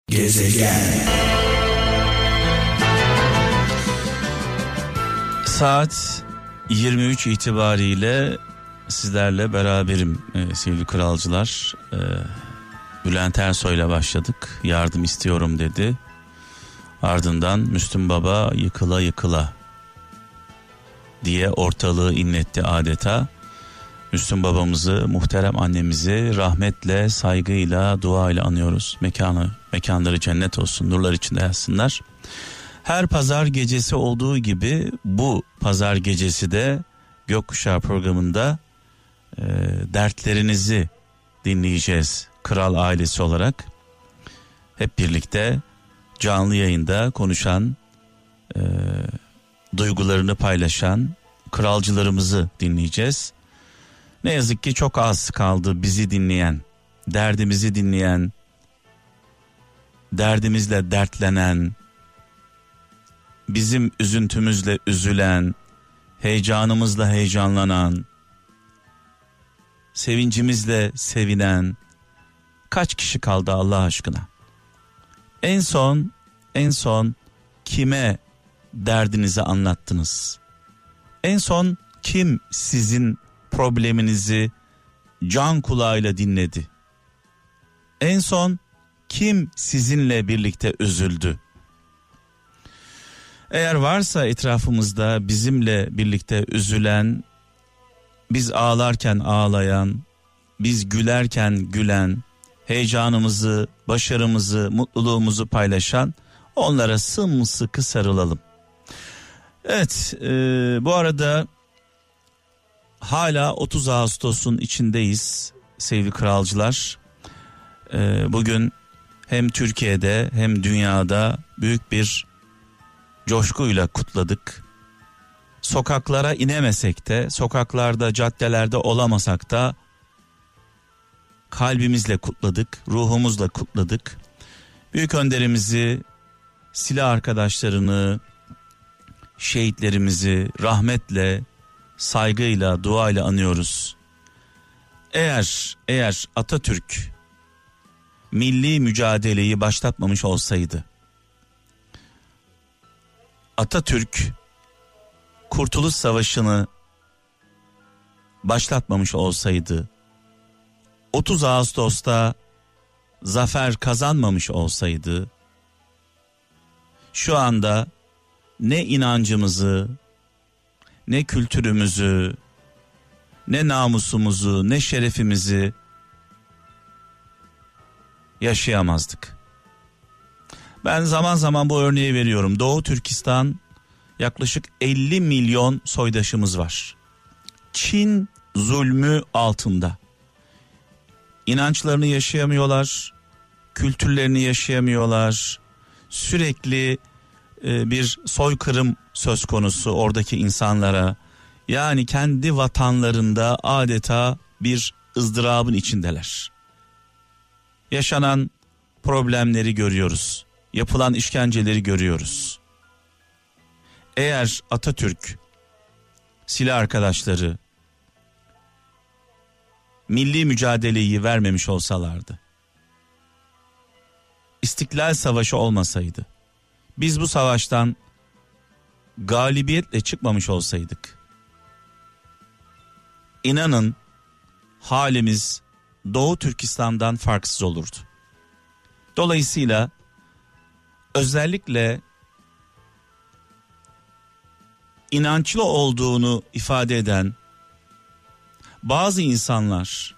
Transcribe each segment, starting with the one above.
Gezegen. Saat 23 itibariyle sizlerle beraberim sevgili kralcılar. Bülent Ersoy'la başladık. Yardım istiyorum dedi. Ardından Müslüm Baba yıkıla yıkıla diye ortalığı inletti adeta. Müslüm babamızı, muhterem annemizi rahmetle, saygıyla, duayla anıyoruz. Mekanları cennet olsun, nurlar içinde yatsınlar. Her pazar gecesi olduğu gibi bu pazar gecesi de Gökkuşağı programında dertlerinizi dinleyeceğiz kral ailesi olarak. Hep birlikte canlı yayında konuşan, duygularını paylaşan kralcılarımızı dinleyeceğiz. Ne yazık ki çok az kaldı bizi dinleyen, derdimizi dinleyen, derdimizle dertlenen, bizim üzüntümüzle üzülen, heyecanımızla heyecanlanan, sevincimizle sevinen kaç kişi kaldı Allah aşkına? En son kime derdinizi anlattınız? En son kim sizin probleminizi can kulağıyla dinledi? En son kim sizinle birlikte üzüldü? Eğer varsa etrafımızda bizimle birlikte üzülen, biz ağlarken ağlayan, biz gülerken gülen, heyecanımızı, başarımızı, mutluluğumuzu paylaşan, onlara sımsıkı sarılalım. Evet, bu arada hala 30 Ağustos'un içindeyiz sevgili kralcılar. Bugün hem Türkiye'de hem dünyada büyük bir coşkuyla kutladık. Sokaklara inemesek de, sokaklarda, caddelerde olamasak da kalbimizle kutladık, ruhumuzla kutladık. Büyük önderimizi, silah arkadaşlarını, şehitlerimizi rahmetle, saygıyla, duayla anıyoruz. Eğer Atatürk milli mücadeleyi başlatmamış olsaydı, Atatürk Kurtuluş Savaşı'nı başlatmamış olsaydı, 30 Ağustos'ta zafer kazanmamış olsaydı, şu anda ne inancımızı, ne kültürümüzü, ne namusumuzu, ne şerefimizi yaşayamazdık. Ben zaman zaman bu örneği veriyorum. Doğu Türkistan yaklaşık 50 milyon soydaşımız var. Çin zulmü altında. İnançlarını yaşayamıyorlar, kültürlerini yaşayamıyorlar. Sürekli bir soykırım söz konusu oradaki insanlara. Yani kendi vatanlarında adeta bir ızdırabın içindeler. Yaşanan problemleri görüyoruz. Yapılan işkenceleri görüyoruz. Eğer Atatürk, silah arkadaşları milli mücadeleyi vermemiş olsalardı, İstiklal Savaşı olmasaydı, biz bu savaştan galibiyetle çıkmamış olsaydık, inanın halimiz Doğu Türkistan'dan farksız olurdu. Dolayısıyla özellikle inançlı olduğunu ifade eden bazı insanlar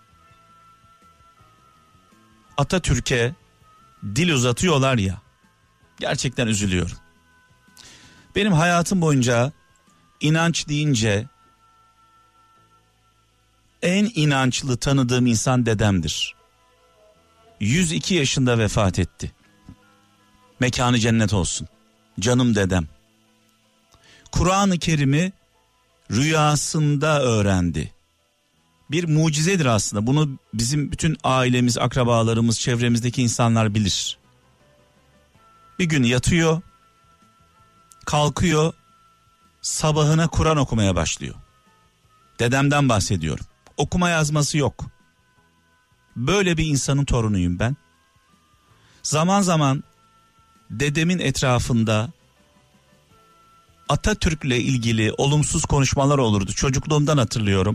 Atatürk'e dil uzatıyorlar ya, gerçekten üzülüyorum. Benim hayatım boyunca inanç deyince en inançlı tanıdığım insan dedemdir. 102 yaşında vefat etti. Mekanı cennet olsun. Canım dedem. Kur'an-ı Kerim'i rüyasında öğrendi. Bir mucizedir aslında. Bunu bizim bütün ailemiz, akrabalarımız, çevremizdeki insanlar bilir. Bir gün yatıyor, kalkıyor, sabahına Kur'an okumaya başlıyor. Dedemden bahsediyorum. Okuma yazması yok. Böyle bir insanın torunuyum ben. Zaman zaman dedemin etrafında Atatürk'le ilgili olumsuz konuşmalar olurdu. Çocukluğumdan hatırlıyorum.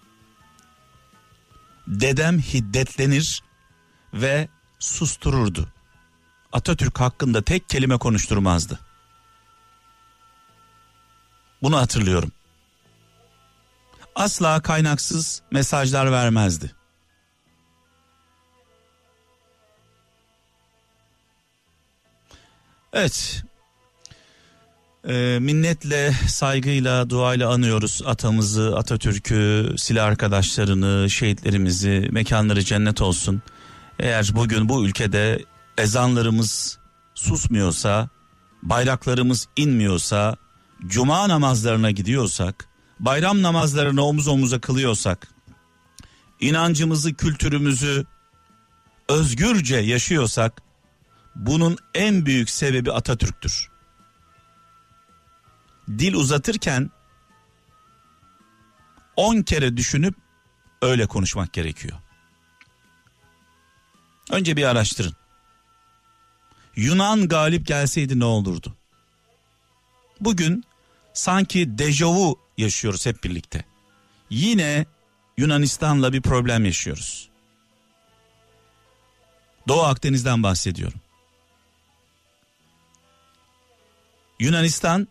Dedem hiddetlenir ve sustururdu. Atatürk hakkında tek kelime konuşturmazdı. Bunu hatırlıyorum. Asla kaynaksız mesajlar vermezdi. Evet. Minnetle, saygıyla, duayla anıyoruz atamızı, Atatürk'ü, silah arkadaşlarını, şehitlerimizi, mekanları cennet olsun. Eğer bugün bu ülkede ezanlarımız susmuyorsa, bayraklarımız inmiyorsa, cuma namazlarına gidiyorsak, bayram namazlarını omuz omuza kılıyorsak, inancımızı, kültürümüzü özgürce yaşıyorsak, bunun en büyük sebebi Atatürk'tür. Dil uzatırken 10 kere düşünüp öyle konuşmak gerekiyor. Önce bir araştırın. Yunan galip gelseydi ne olurdu? Bugün sanki dejavu yaşıyoruz hep birlikte. Yine Yunanistan'la bir problem yaşıyoruz. Doğu Akdeniz'den bahsediyorum. Yunanistan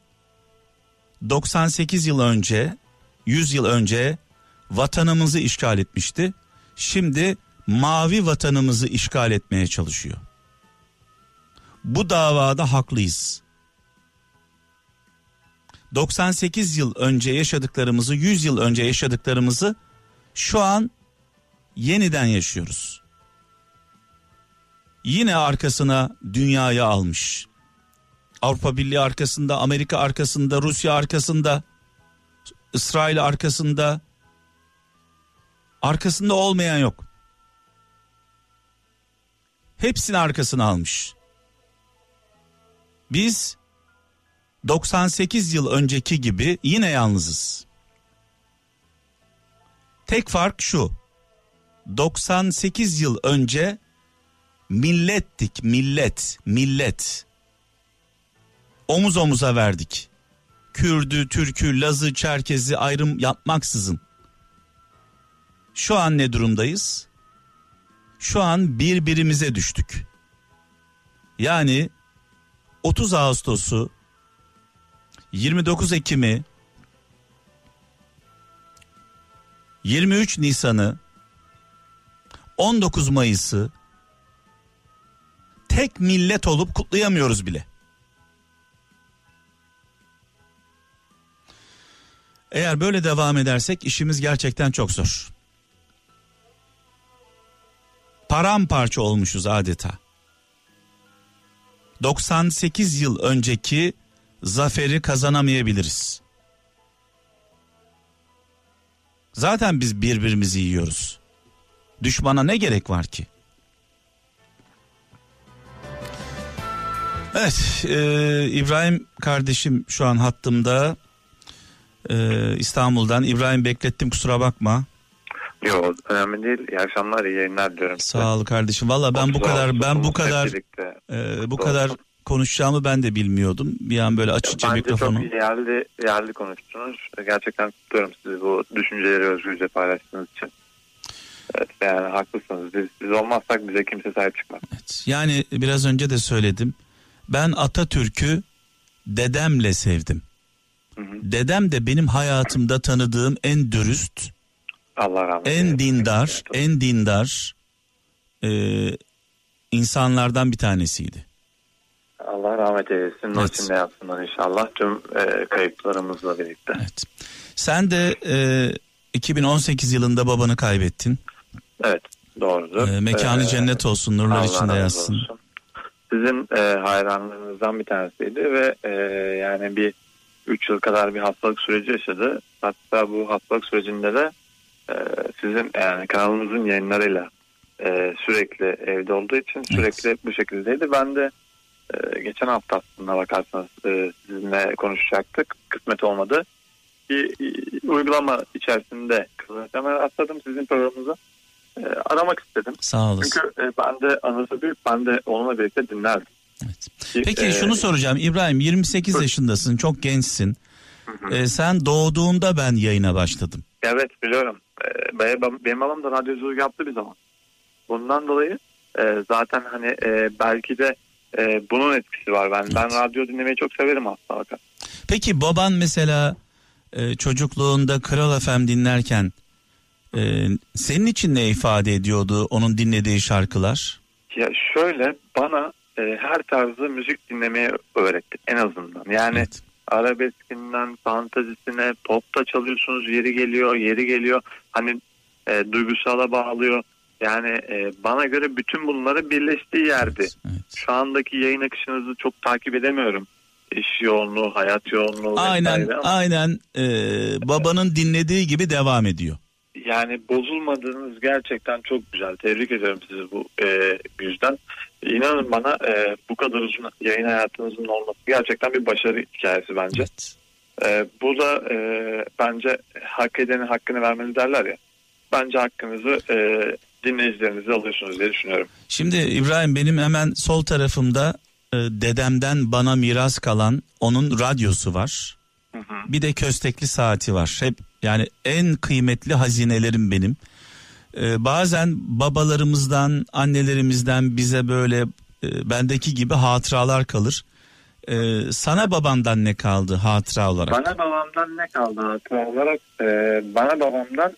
98 yıl önce, 100 yıl önce vatanımızı işgal etmişti. Şimdi mavi vatanımızı işgal etmeye çalışıyor. Bu davada haklıyız. 98 yıl önce yaşadıklarımızı, 100 yıl önce yaşadıklarımızı şu an yeniden yaşıyoruz. Yine arkasına dünyayı almış. Avrupa Birliği arkasında, Amerika arkasında, Rusya arkasında, İsrail arkasında. Arkasında olmayan yok. Hepsini arkasına almış. Biz 98 yıl önceki gibi yine yalnızız. Tek fark şu. 98 yıl önce millettik, millet. Omuz omuza verdik. Kürdü, Türkü, Lazı, Çerkezi ayrım yapmaksızın. Şu an ne durumdayız? Şu an birbirimize düştük. Yani 30 Ağustos'u, 29 Ekim'i, 23 Nisan'ı, 19 Mayıs'ı tek millet olup kutlayamıyoruz bile. Eğer böyle devam edersek işimiz gerçekten çok zor. Paramparça olmuşuz adeta. 98 yıl önceki zaferi kazanamayabiliriz. Zaten biz birbirimizi yiyoruz. Düşmana ne gerek var ki? Evet, İbrahim kardeşim şu an hattımda. İstanbul'dan. İbrahim, beklettim, kusura bakma. Yok, önemli değil. İyi akşamlar, iyi yayınlar diliyorum. Sağ ol kardeşim. Valla ben bu kadar konuşacağımı ben de bilmiyordum. Bir an böyle açınca mikrofonu. Bence çok yerli konuştunuz. Gerçekten kutluyorum sizi bu düşünceleri özgürce paylaştığınız için. Evet, yani haklısınız. Biz olmazsak bize kimse sahip çıkmaz. Evet, yani biraz önce de söyledim. Ben Atatürk'ü dedemle sevdim. Hı hı. Dedem de benim hayatımda tanıdığım en dürüst, Allah rahmet en dindar insanlardan bir tanesiydi. Allah rahmet eylesin. Evet. Için ne yapsınlar inşallah tüm kayıplarımızla birlikte. Evet. Sen de 2018 yılında babanı kaybettin. Evet, doğrudur. Mekanı cennet olsun, nurlar Allah içinde yatsın. Olsun. Sizin hayranlarınızdan bir tanesiydi ve yani bir 3 yıl kadar bir hastalık süreci yaşadı. Hatta bu hastalık sürecinde de sizin yani kanalımızın yayınlarıyla sürekli evde olduğu için sürekli bu şekildeydi. Ben de geçen hafta aslında bakarsanız sizinle konuşacaktık. Kısmet olmadı. Bir uygulama içerisinde hemen atladım sizin programınıza. aramak istedim. Sağ olasın. Çünkü ben de anısı büyük, ben de onunla birlikte dinlerdim. Evet. Peki şunu soracağım İbrahim, 28 yaşındasın, çok gençsin. Sen doğduğunda ben yayına başladım. Evet, biliyorum. Benim babam da radyoculuk yaptı bir zaman. Bundan dolayı zaten hani belki de bunun etkisi var. Ben radyo dinlemeyi çok severim aslında. Peki baban mesela çocukluğunda Kral FM dinlerken senin için ne ifade ediyordu onun dinlediği şarkılar? Ya şöyle, bana her tarzı müzik dinlemeyi öğretti en azından. Yani evet. Arabeskinden fantazisine, popta çalıyorsunuz, yeri geliyor. Hani duygusala bağlıyor. Yani bana göre bütün bunları birleştiği yerdi. Evet, evet. Şu andaki yayın akışınızı çok takip edemiyorum. İş yoğunluğu, hayat yoğunluğu. Aynen babanın dinlediği gibi devam ediyor. Yani bozulmadığınız gerçekten çok güzel. Tebrik ediyorum sizi bu yüzden. İnanın bana bu kadar uzun yayın hayatınızın olması gerçekten bir başarı hikayesi bence. Evet. Bu da bence hak edenin hakkını vermeli derler ya. Bence hakkınızı dinleyicilerinize alıyorsunuz diye düşünüyorum. Şimdi İbrahim, benim hemen sol tarafımda dedemden bana miras kalan onun radyosu var. Hı. Bir de köstekli saati var. Hep yani en kıymetli hazinelerim benim. Bazen babalarımızdan, annelerimizden bize böyle bendeki gibi hatıralar kalır. Sana babandan ne kaldı hatıra olarak? Bana babamdan ne kaldı hatıra olarak? Bana babamdan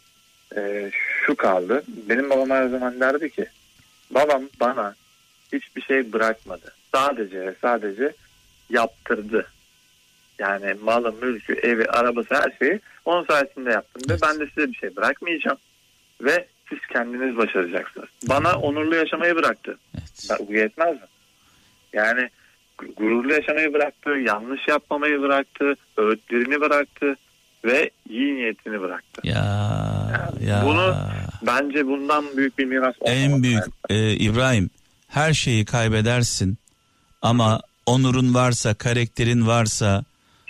şu kaldı. Benim babam her zaman derdi ki, babam bana hiçbir şey bırakmadı. Sadece yaptırdı. Yani malı, mülkü, evi, arabası, her şeyi onun sayesinde yaptım. Ve ben de size bir şey bırakmayacağım. Ve siz kendiniz başaracaksınız. Bana onurlu yaşamayı bıraktı. Evet. Bu yetmez mi? Yani gururlu yaşamayı bıraktı, yanlış yapmamayı bıraktı, öğütlerini bıraktı ve iyi niyetini bıraktı. Ya. Bunu bence bundan büyük bir miras olmaz. En büyük İbrahim, her şeyi kaybedersin ama onurun varsa, karakterin varsa,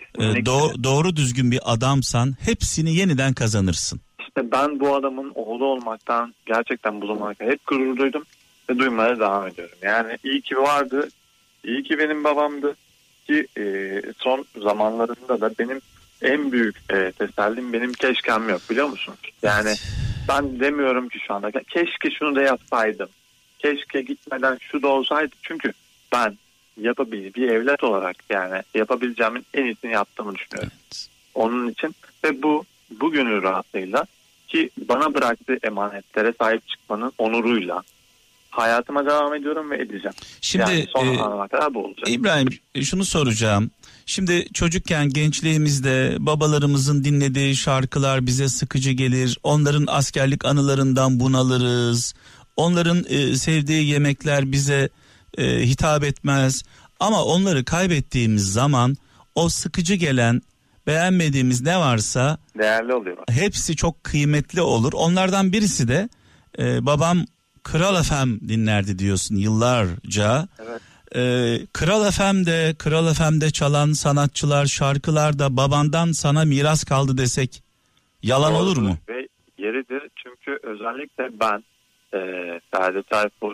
doğru düzgün bir adamsan hepsini yeniden kazanırsın. İşte ben bu adamın oğlu olmaktan gerçekten bu zamana kadar hep gurur duydum ve duymaya devam ediyorum. Yani iyi ki vardı, iyi ki benim babamdı ki son zamanlarında da benim en büyük tesellim benim keşkem yok, biliyor musun? Yani ben demiyorum ki şu anda keşke şunu da yapsaydım, keşke gitmeden şu da olsaydı, çünkü ben bir evlat olarak yani yapabileceğimin en iyisini yaptığımı düşünüyorum. Evet. Onun için ve bu gönül rahatlığıyla ki bana bıraktığı emanetlere sahip çıkmanın onuruyla hayatıma devam ediyorum ve edeceğim. Şimdi yani son ana kadar bu olacak. İbrahim, şunu soracağım. Şimdi çocukken, gençliğimizde babalarımızın dinlediği şarkılar bize sıkıcı gelir. Onların askerlik anılarından bunalırız. Onların sevdiği yemekler bize hitap etmez. Ama onları kaybettiğimiz zaman o sıkıcı gelen, beğenmediğimiz ne varsa değerli oluyor. Hepsi çok kıymetli olur. Onlardan birisi de babam Kral FM dinlerdi diyorsun yıllarca. Evet. Kral FM'de çalan sanatçılar, şarkılar da babandan sana miras kaldı desek yalan olur mu? Ve yeridir, çünkü özellikle ben Ferdi Tayfur,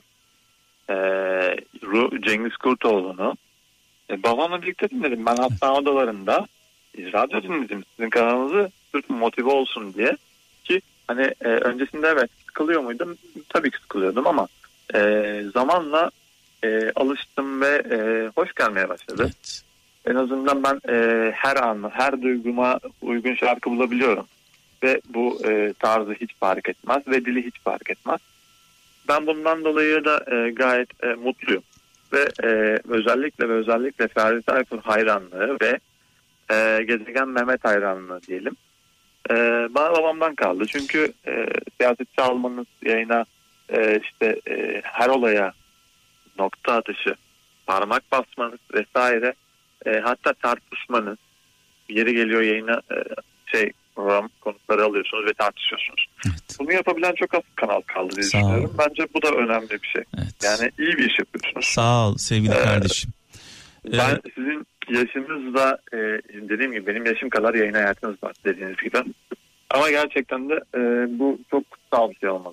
Cengiz Kurtoğlu'nu babamla birlikte dinledim. Ben hatta odalarında radyo dinledim sizin kanalınızı sırf motive olsun diye, ki hani öncesinde evet sıkılıyor muydum? Tabii ki sıkılıyordum ama zamanla alıştım ve hoş gelmeye başladı. Evet. En azından ben her duyguma uygun şarkı bulabiliyorum ve bu tarzı hiç fark etmez ve dili hiç fark etmez. Ben bundan dolayı da gayet mutluyum ve özellikle Ferdi Tayfur hayranlığı ve Gezegen Mehmet hayranlığı diyelim. Bana babamdan kaldı, çünkü siyasetçi almanız, yayına her olaya nokta atışı, parmak basmanız vesaire, hatta tartışmanız, yeri geliyor yayına program konukları alıyorsunuz ve tartışıyorsunuz. Evet. Bunu yapabilen çok az kanal kaldı diye düşünüyorum. Bence bu da önemli bir şey. Evet. Yani iyi bir iş yapıyorsunuz. Sağ ol sevgili kardeşim. Ben sizin yaşınızla dediğim gibi benim yaşım kadar yayın hayatınız var dediğiniz gibi. Ama gerçekten de bu çok kutsal bir şey olmalı.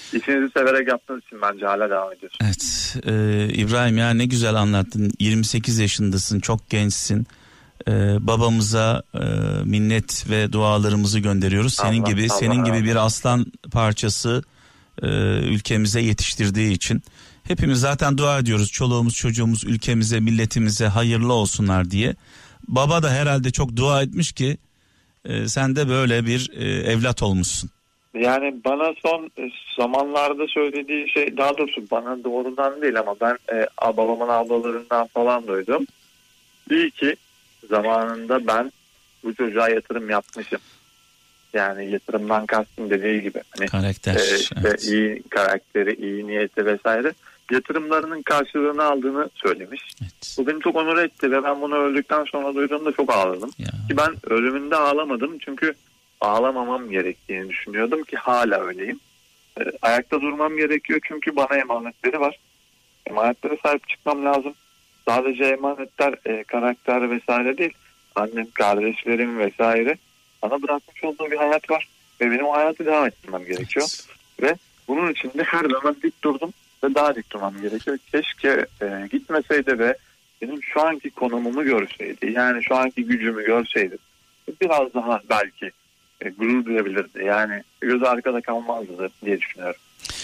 İşinizi severek yaptığınız için bence hala devam ediyorsun. Evet İbrahim, ya ne güzel anlattın. 28 yaşındasın, çok gençsin. Babamıza minnet ve dualarımızı gönderiyoruz. Senin gibi bir aslan parçası ülkemize yetiştirdiği için. Hepimiz zaten dua ediyoruz. Çoluğumuz, çocuğumuz ülkemize, milletimize hayırlı olsunlar diye. Baba da herhalde çok dua etmiş ki sen de böyle bir evlat olmuşsun. Yani bana son zamanlarda söylediği şey, daha doğrusu bana doğrudan değil ama ben babamın ablalarından falan duydum. İyi ki zamanında ben bu çocuğa yatırım yapmışım. Yani yatırımdan kastım dediği gibi. Hani, karakter. Evet. İyi karakteri, iyi niyeti vesaire. Yatırımlarının karşılığını aldığını söylemiş. Evet. Bu beni çok onur etti ve ben bunu öldükten sonra duyduğumda çok ağladım. Ya. Ki ben ölümünde ağlamadım çünkü ağlamamam gerektiğini düşünüyordum ki hala öyleyim. Ayakta durmam gerekiyor çünkü bana emanetleri var. Emanetlere sahip çıkmam lazım. Sadece emanetler karakter vesaire değil. Annem, kardeşlerim vesaire bana bırakmış olduğu bir hayat var. Ve benim o hayatı devam ettirmem gerekiyor. Ve bunun için de her zaman dik durdum. Ve daha dik durmam gerekiyor. Keşke gitmeseydi ve benim şu anki konumumu görseydi. Yani şu anki gücümü görseydi. Biraz daha belki gurur duyabilirdi. Yani göz arkada kalmazdı diye düşünüyorum.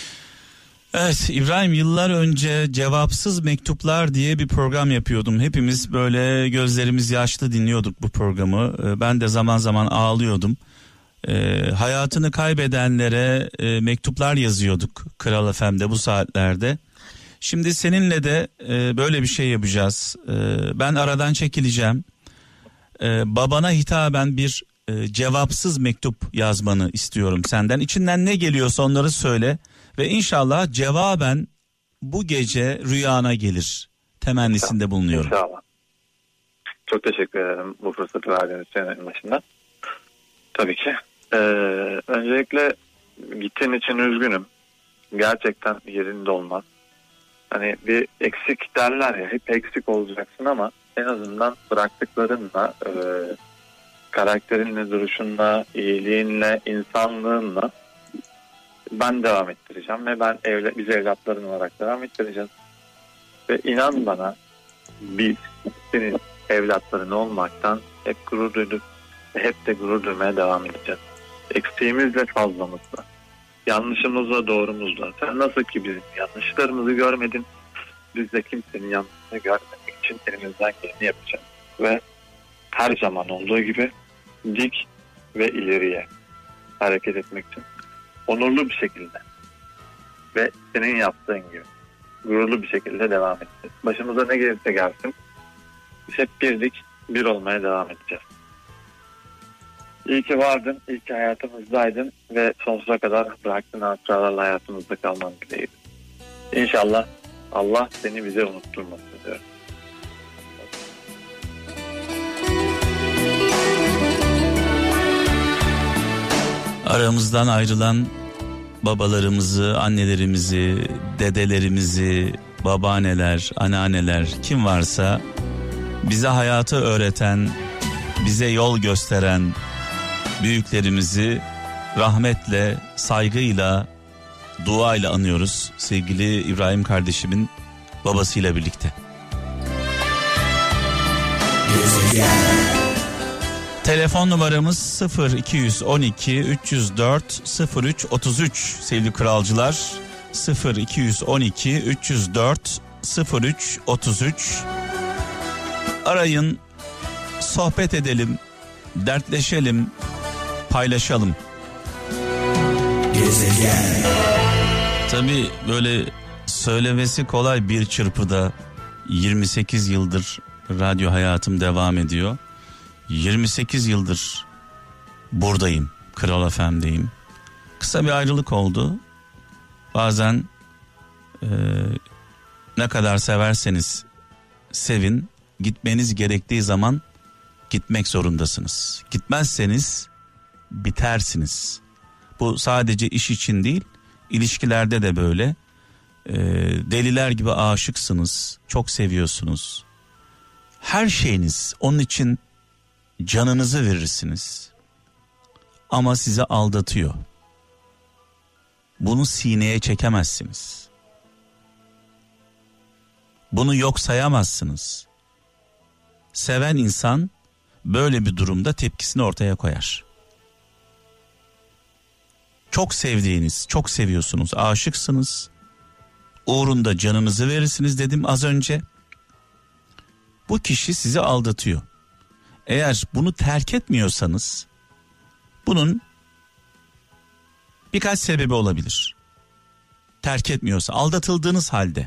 Evet İbrahim, yıllar önce Cevapsız Mektuplar diye bir program yapıyordum. Hepimiz böyle gözlerimiz yaşlı dinliyorduk bu programı. Ben de zaman zaman ağlıyordum. Hayatını kaybedenlere mektuplar yazıyorduk Kral FM'de bu saatlerde. Şimdi seninle de böyle bir şey yapacağız. Ben aradan çekileceğim. Babana hitaben bir cevapsız mektup yazmanı istiyorum senden. İçinden ne geliyorsa onları söyle. Ve inşallah cevaben bu gece rüyana gelir temennisinde bulunuyorum. İnşallah. Çok teşekkür ederim bu fırsatı verdiğiniz için başından. Tabii ki. Öncelikle gittiğin için üzgünüm. Gerçekten yerinde olmaz. Hani bir eksik derler ya, hep eksik olacaksın ama en azından bıraktıklarınla, karakterinle, duruşunla, iyiliğinle, insanlığınla ben devam ettireceğim ve biz evlatların olarak devam ettireceğiz. Ve inan bana, biz senin evlatların olmaktan hep gurur duyduk ve hep de gurur duymaya devam edeceğiz. Eksiğimizle, fazlamızla, yanlışımızla, doğrumuzla. Sen nasıl ki bizim yanlışlarımızı görmedin, biz de kimsenin yanlışını görmemek için elimizden geleni yapacağız. Ve her zaman olduğu gibi dik ve ileriye hareket etmek için onurlu bir şekilde ve senin yaptığın gibi gururlu bir şekilde devam edeceğiz. Başımıza ne gelirse gelsin biz hep birlik, bir olmaya devam edeceğiz. İyi ki vardın, iyi ki hayatımızdaydın ve sonsuza kadar bıraktığın hatıralarla hayatımızda kalman dileğiyle. İnşallah Allah seni bize unutturmaz diyorum. Aramızdan ayrılan babalarımızı, annelerimizi, dedelerimizi, babaanneler, anneanneler, kim varsa bize hayatı öğreten, bize yol gösteren büyüklerimizi rahmetle, saygıyla, duayla anıyoruz sevgili İbrahim kardeşimin babasıyla birlikte. Telefon numaramız 0212 304 03 33 sevgili kralcılar. 0212 304 03 33. Arayın, sohbet edelim, dertleşelim, paylaşalım. Gezegen. Tabii böyle söylemesi kolay bir çırpıda. 28 yıldır radyo hayatım devam ediyor. 28 yıldır buradayım, Kral FM'deyim. Kısa bir ayrılık oldu. Bazen ne kadar severseniz sevin, gitmeniz gerektiği zaman gitmek zorundasınız. Gitmezseniz bitersiniz. Bu sadece iş için değil, ilişkilerde de böyle. Deliler gibi aşıksınız, çok seviyorsunuz. Her şeyiniz onun için, canınızı verirsiniz. Ama sizi aldatıyor. Bunu sineye çekemezsiniz. Bunu yok sayamazsınız. Seven insan böyle bir durumda tepkisini ortaya koyar. Çok sevdiğiniz, çok seviyorsunuz, aşıksınız. Uğrunda canınızı verirsiniz dedim az önce. Bu kişi sizi aldatıyor. Eğer bunu terk etmiyorsanız bunun birkaç sebebi olabilir. Terk etmiyorsa, aldatıldığınız halde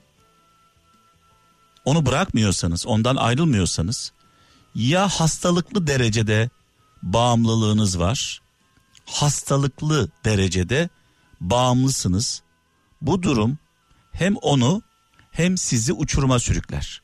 onu bırakmıyorsanız, ondan ayrılmıyorsanız, ya hastalıklı derecede bağımlılığınız var, hastalıklı derecede bağımlısınız. Bu durum hem onu hem sizi uçuruma sürükler.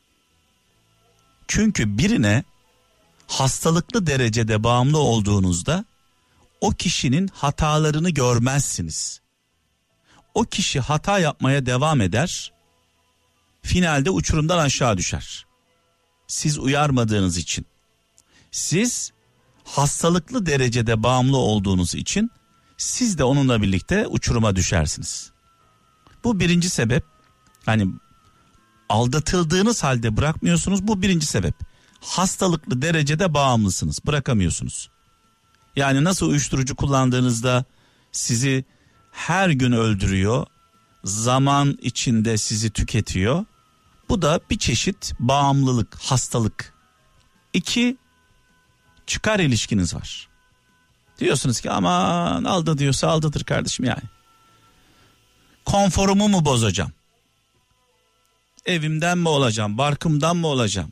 Çünkü birine hastalıklı derecede bağımlı olduğunuzda o kişinin hatalarını görmezsiniz. O kişi hata yapmaya devam eder, finalde uçurumdan aşağı düşer. Siz uyarmadığınız için, siz hastalıklı derecede bağımlı olduğunuz için siz de onunla birlikte uçuruma düşersiniz. Bu birinci sebep. Hani aldatıldığınız halde bırakmıyorsunuz, bu birinci sebep. Hastalıklı derecede bağımlısınız, bırakamıyorsunuz. Yani nasıl uyuşturucu kullandığınızda sizi her gün öldürüyor, zaman içinde sizi tüketiyor. Bu da bir çeşit bağımlılık, hastalık. 2, çıkar ilişkiniz var. Diyorsunuz ki aman aldatıyorsa aldatır kardeşim yani. Konforumu mu bozacağım? Evimden mi olacağım, barkımdan mı olacağım?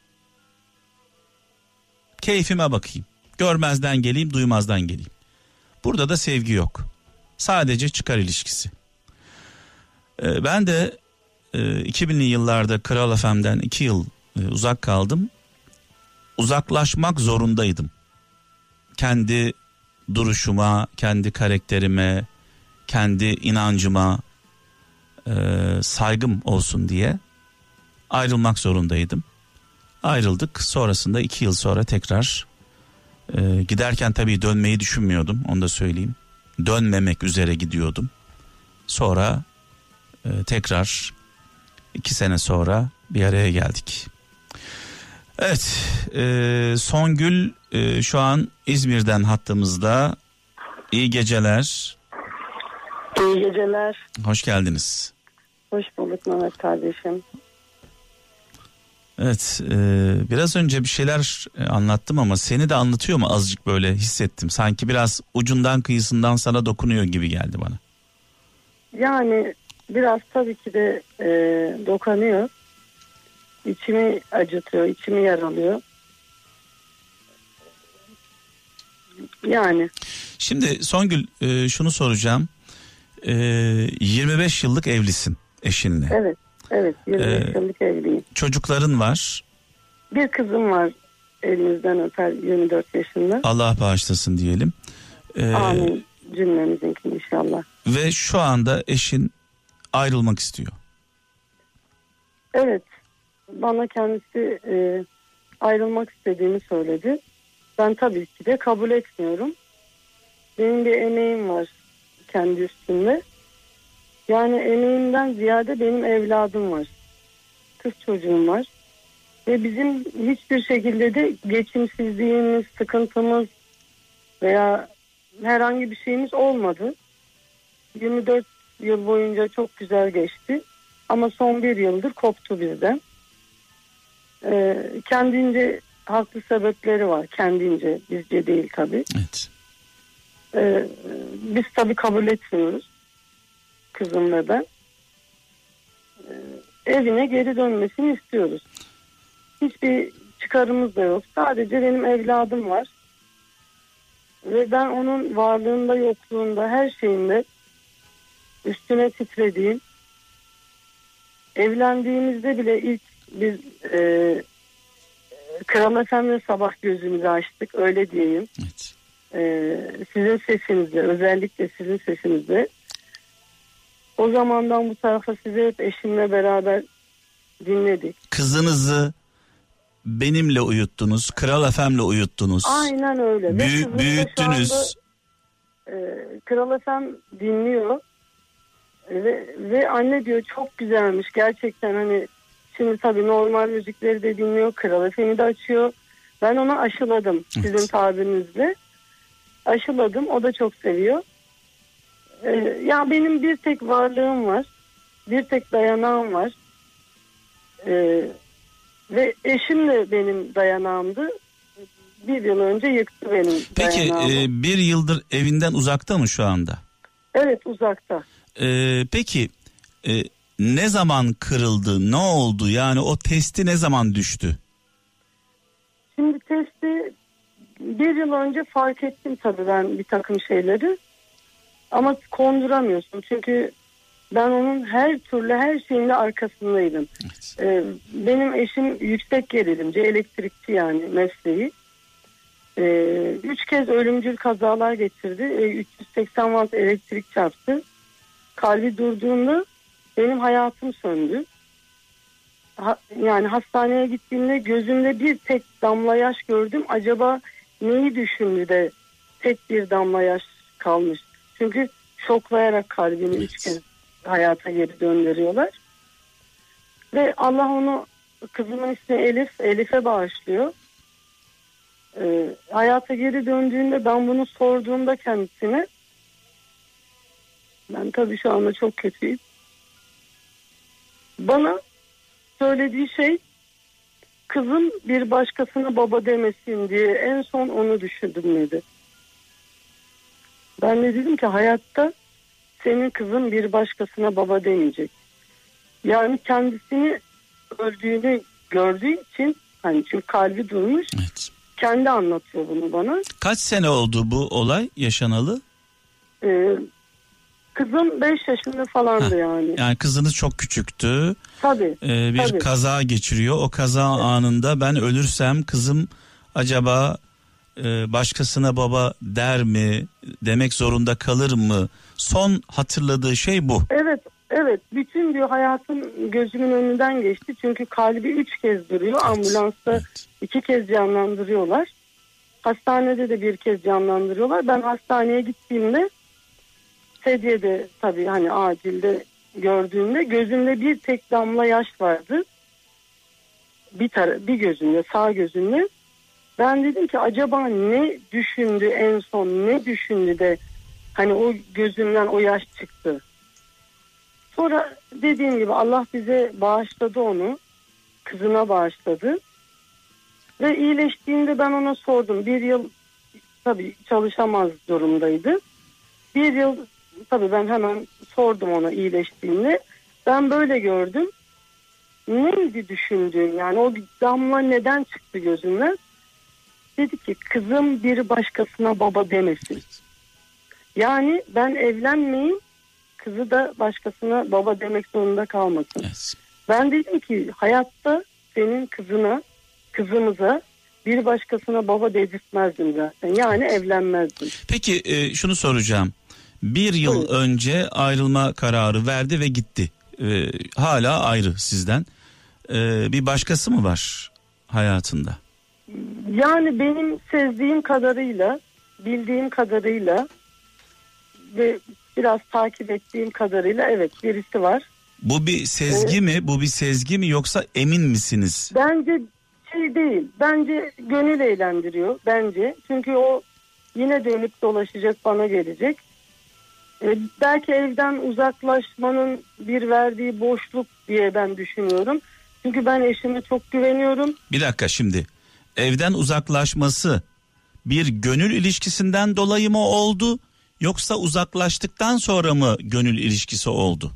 Keyfime bakayım. Görmezden geleyim, duymazdan geleyim. Burada da sevgi yok. Sadece çıkar ilişkisi. Ben de 2000'li yıllarda Kral FM'den 2 yıl uzak kaldım. Uzaklaşmak zorundaydım. Kendi duruşuma, kendi karakterime, kendi inancıma saygım olsun diye ayrılmak zorundaydım. Ayrıldık. Sonrasında 2 yıl sonra tekrar giderken tabii dönmeyi düşünmüyordum. Onu da söyleyeyim. Dönmemek üzere gidiyordum. Sonra tekrar 2 sene sonra bir araya geldik. Evet, Songül şu an İzmir'den hattımızda. İyi geceler. İyi geceler. Hoş geldiniz. Hoş bulduk Mehmet kardeşim. Evet, biraz önce bir şeyler anlattım ama seni de anlatıyor mu azıcık, böyle hissettim. Sanki biraz ucundan kıyısından sana dokunuyor gibi geldi bana. Yani biraz tabii ki de dokunuyor. İçimi acıtıyor, içimi yaralıyor. Yani. Şimdi Songül, şunu soracağım. 25 yıllık evlisin eşinle. Evet. Evet, 25 yıllık evliyim. Çocukların var. Bir kızım var, elinizden öper, 24 yaşında. Allah bağışlasın diyelim. Amin, cümlemizinkini inşallah. Ve şu anda eşin ayrılmak istiyor. Evet, bana kendisi ayrılmak istediğini söyledi. Ben tabii ki de kabul etmiyorum. Benim bir emeğim var kendi üstümde. Yani emeğimden ziyade benim evladım var. Kız çocuğum var. Ve bizim hiçbir şekilde de geçimsizliğimiz, sıkıntımız veya herhangi bir şeyimiz olmadı. 24 yıl boyunca çok güzel geçti. Ama son 1 yıldır koptu bizden. Kendince haklı sebepleri var. Kendince, bizce değil tabii. Evet. Biz tabii kabul etmiyoruz. Kızım ve ben. Evine geri dönmesini istiyoruz. Hiçbir çıkarımız da yok. Sadece benim evladım var. Ve ben onun varlığında, yokluğunda, her şeyinde üstüne titrediğim, evlendiğimizde bile ilk biz Kral FM'le sabah gözümüzü açtık, öyle diyeyim. Evet. Sizin sesinizle, özellikle sizin sesinizle, o zamandan bu tarafa sizi hep eşimle beraber dinledik. Kızınızı benimle uyuttunuz, Kral FM'le uyuttunuz. Aynen öyle. Büyüttünüz. Kral FM dinliyor. Ve anne diyor çok güzelmiş gerçekten, hani şimdi tabii normal müzikleri de dinliyor, Kral FM'i de açıyor. Ben ona aşıladım, sizin tabirinizle aşıladım, o da çok seviyor. Ya benim bir tek varlığım var, bir tek dayanağım var. Ve eşim de benim dayanağımdı. Bir yıl önce yıktı benim dayanağımı. Peki bir yıldır evinden uzakta mı şu anda? Evet, uzakta. Peki ne zaman kırıldı, ne oldu, yani o testi ne zaman düştü? Şimdi testi bir yıl önce fark ettim tabii ben bir takım şeyleri, ama konduramıyorsun çünkü ben onun her türlü her şeyinde arkasındaydım. Evet. Benim eşim yüksek gerilimci, elektrikçi yani mesleği. 3 kez ölümcül kazalar geçirdi. 380 watt elektrik çarptı. Kalbi durduğunda benim hayatım söndü. Yani hastaneye gittiğimde gözümde bir tek damla yaş gördüm. Acaba neyi düşündü de tek bir damla yaş kalmış. Çünkü şoklayarak kalbini 3 kez hayata geri döndürüyorlar. Ve Allah onu, kızımın ismi Elif'e bağışlıyor. Hayata geri döndüğünde ben bunu sorduğumda kendisine, ben tabii şu anda çok kötüyüm. Bana söylediği şey, kızım bir başkasına baba demesin diye en son onu düşündüm dedi. Ben de dedim ki hayatta senin kızın bir başkasına baba demeyecek. Yani kendisini öldüğünü gördüğü için, hani çünkü kalbi durmuş. Evet. Kendi anlatıyor bunu bana. Kaç sene oldu bu olay yaşanalı? Kızım 5 yaşında falandı yani. Yani kızınız çok küçüktü. Tabii. Bir kaza geçiriyor. O kaza anında ben ölürsem kızım acaba başkasına baba der mi? Demek zorunda kalır mı? Son hatırladığı şey bu. Evet. Bütün diyor hayatım gözümün önünden geçti. Çünkü kalbi 3 kez duruyor. Evet. Ambulansta 2 kez canlandırıyorlar. Hastanede de 1 kez canlandırıyorlar. Ben hastaneye gittiğimde, sedyede tabii hani acilde gördüğümde gözümde bir tek damla yaş vardı. Bir gözümde, sağ gözümde. Ben dedim ki acaba ne düşündü en son, ne düşündü de hani o gözümden o yaş çıktı. Sonra dediğim gibi Allah bize bağışladı onu. Kızına bağışladı. Ve iyileştiğinde ben ona sordum. 1 yıl tabii çalışamaz durumdaydı. 1 yıl tabii ben hemen sordum ona iyileştiğinde. Ben böyle gördüm. Neydi düşündüğün, yani o damla neden çıktı gözümden? Dedi ki kızım bir başkasına baba demesin. Yani ben evlenmeyeyim, kızı da başkasına baba demek zorunda kalmasın. Evet. Ben dedim ki hayatta senin kızımıza bir başkasına baba dedirtmezdim zaten. Yani evlenmezdim. Peki şunu soracağım. 1 yıl önce ayrılma kararı verdi ve gitti. Hala ayrı sizden. Bir başkası mı var hayatında? Yani benim sezdiğim kadarıyla, bildiğim kadarıyla ve biraz takip ettiğim kadarıyla evet birisi var. Bu bir sezgi mi? Bu bir sezgi mi yoksa emin misiniz? Bence değil. Bence gönül eğlendiriyor bence. Çünkü o yine dönüp dolaşacak, bana gelecek. Belki evden uzaklaşmanın bir verdiği boşluk diye ben düşünüyorum. Çünkü ben eşime çok güveniyorum. Bir dakika, şimdi evden uzaklaşması bir gönül ilişkisinden dolayı mı oldu? Yoksa uzaklaştıktan sonra mı gönül ilişkisi oldu?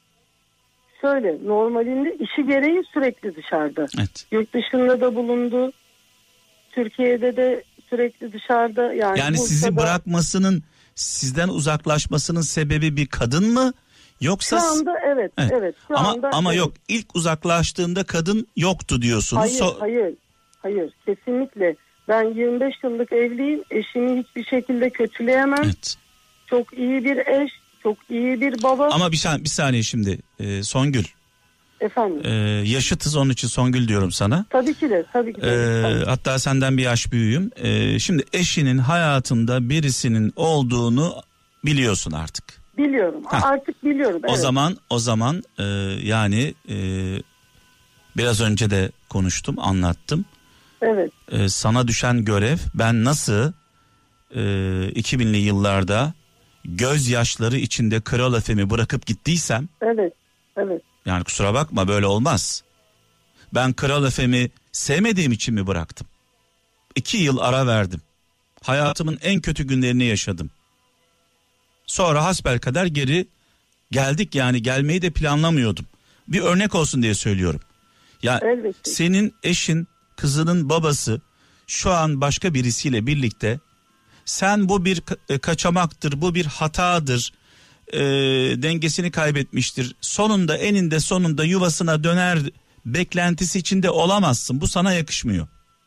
Şöyle, normalinde işi gereği sürekli dışarıda. Evet. Yurt dışında da bulundu. Türkiye'de de sürekli dışarıda. Yani sizi bırakmasının, sizden uzaklaşmasının sebebi bir kadın mı? Yoksa şu anda evet. Şu ama evet. Yok, ilk uzaklaştığında kadın yoktu diyorsunuz. Hayır, kesinlikle. Ben 25 yıllık evliyim. Eşimi hiçbir şekilde kötüleyemem. Evet. Çok iyi bir eş, çok iyi bir baba. Ama bir saniye şimdi Songül. Efendim? Yaşıtız, onun için Songül diyorum sana. Tabii ki de. Tabii. Hatta senden bir yaş büyüğüm. Şimdi eşinin hayatında birisinin olduğunu biliyorsun artık. Biliyorum. Artık biliyorum. Evet. O zaman yani biraz önce de konuştum, anlattım. Evet. Sana düşen görev, ben nasıl 2000'li yıllarda gözyaşları içinde Kral FM'i bırakıp gittiysem. Evet. Yani kusura bakma, böyle olmaz. Ben Kral FM'i sevmediğim için mi bıraktım? 2 yıl ara verdim. Hayatımın en kötü günlerini yaşadım. Sonra hasbelkader geri geldik, yani gelmeyi de planlamıyordum. Bir örnek olsun diye söylüyorum. Ya elbette. Senin eşin, kızının babası şu an başka birisiyle birlikte. Sen bu bir kaçamaktır, bu bir hatadır, dengesini kaybetmiştir, sonunda eninde sonunda yuvasına döner beklentisi içinde olamazsın. Bu sana yakışmıyor.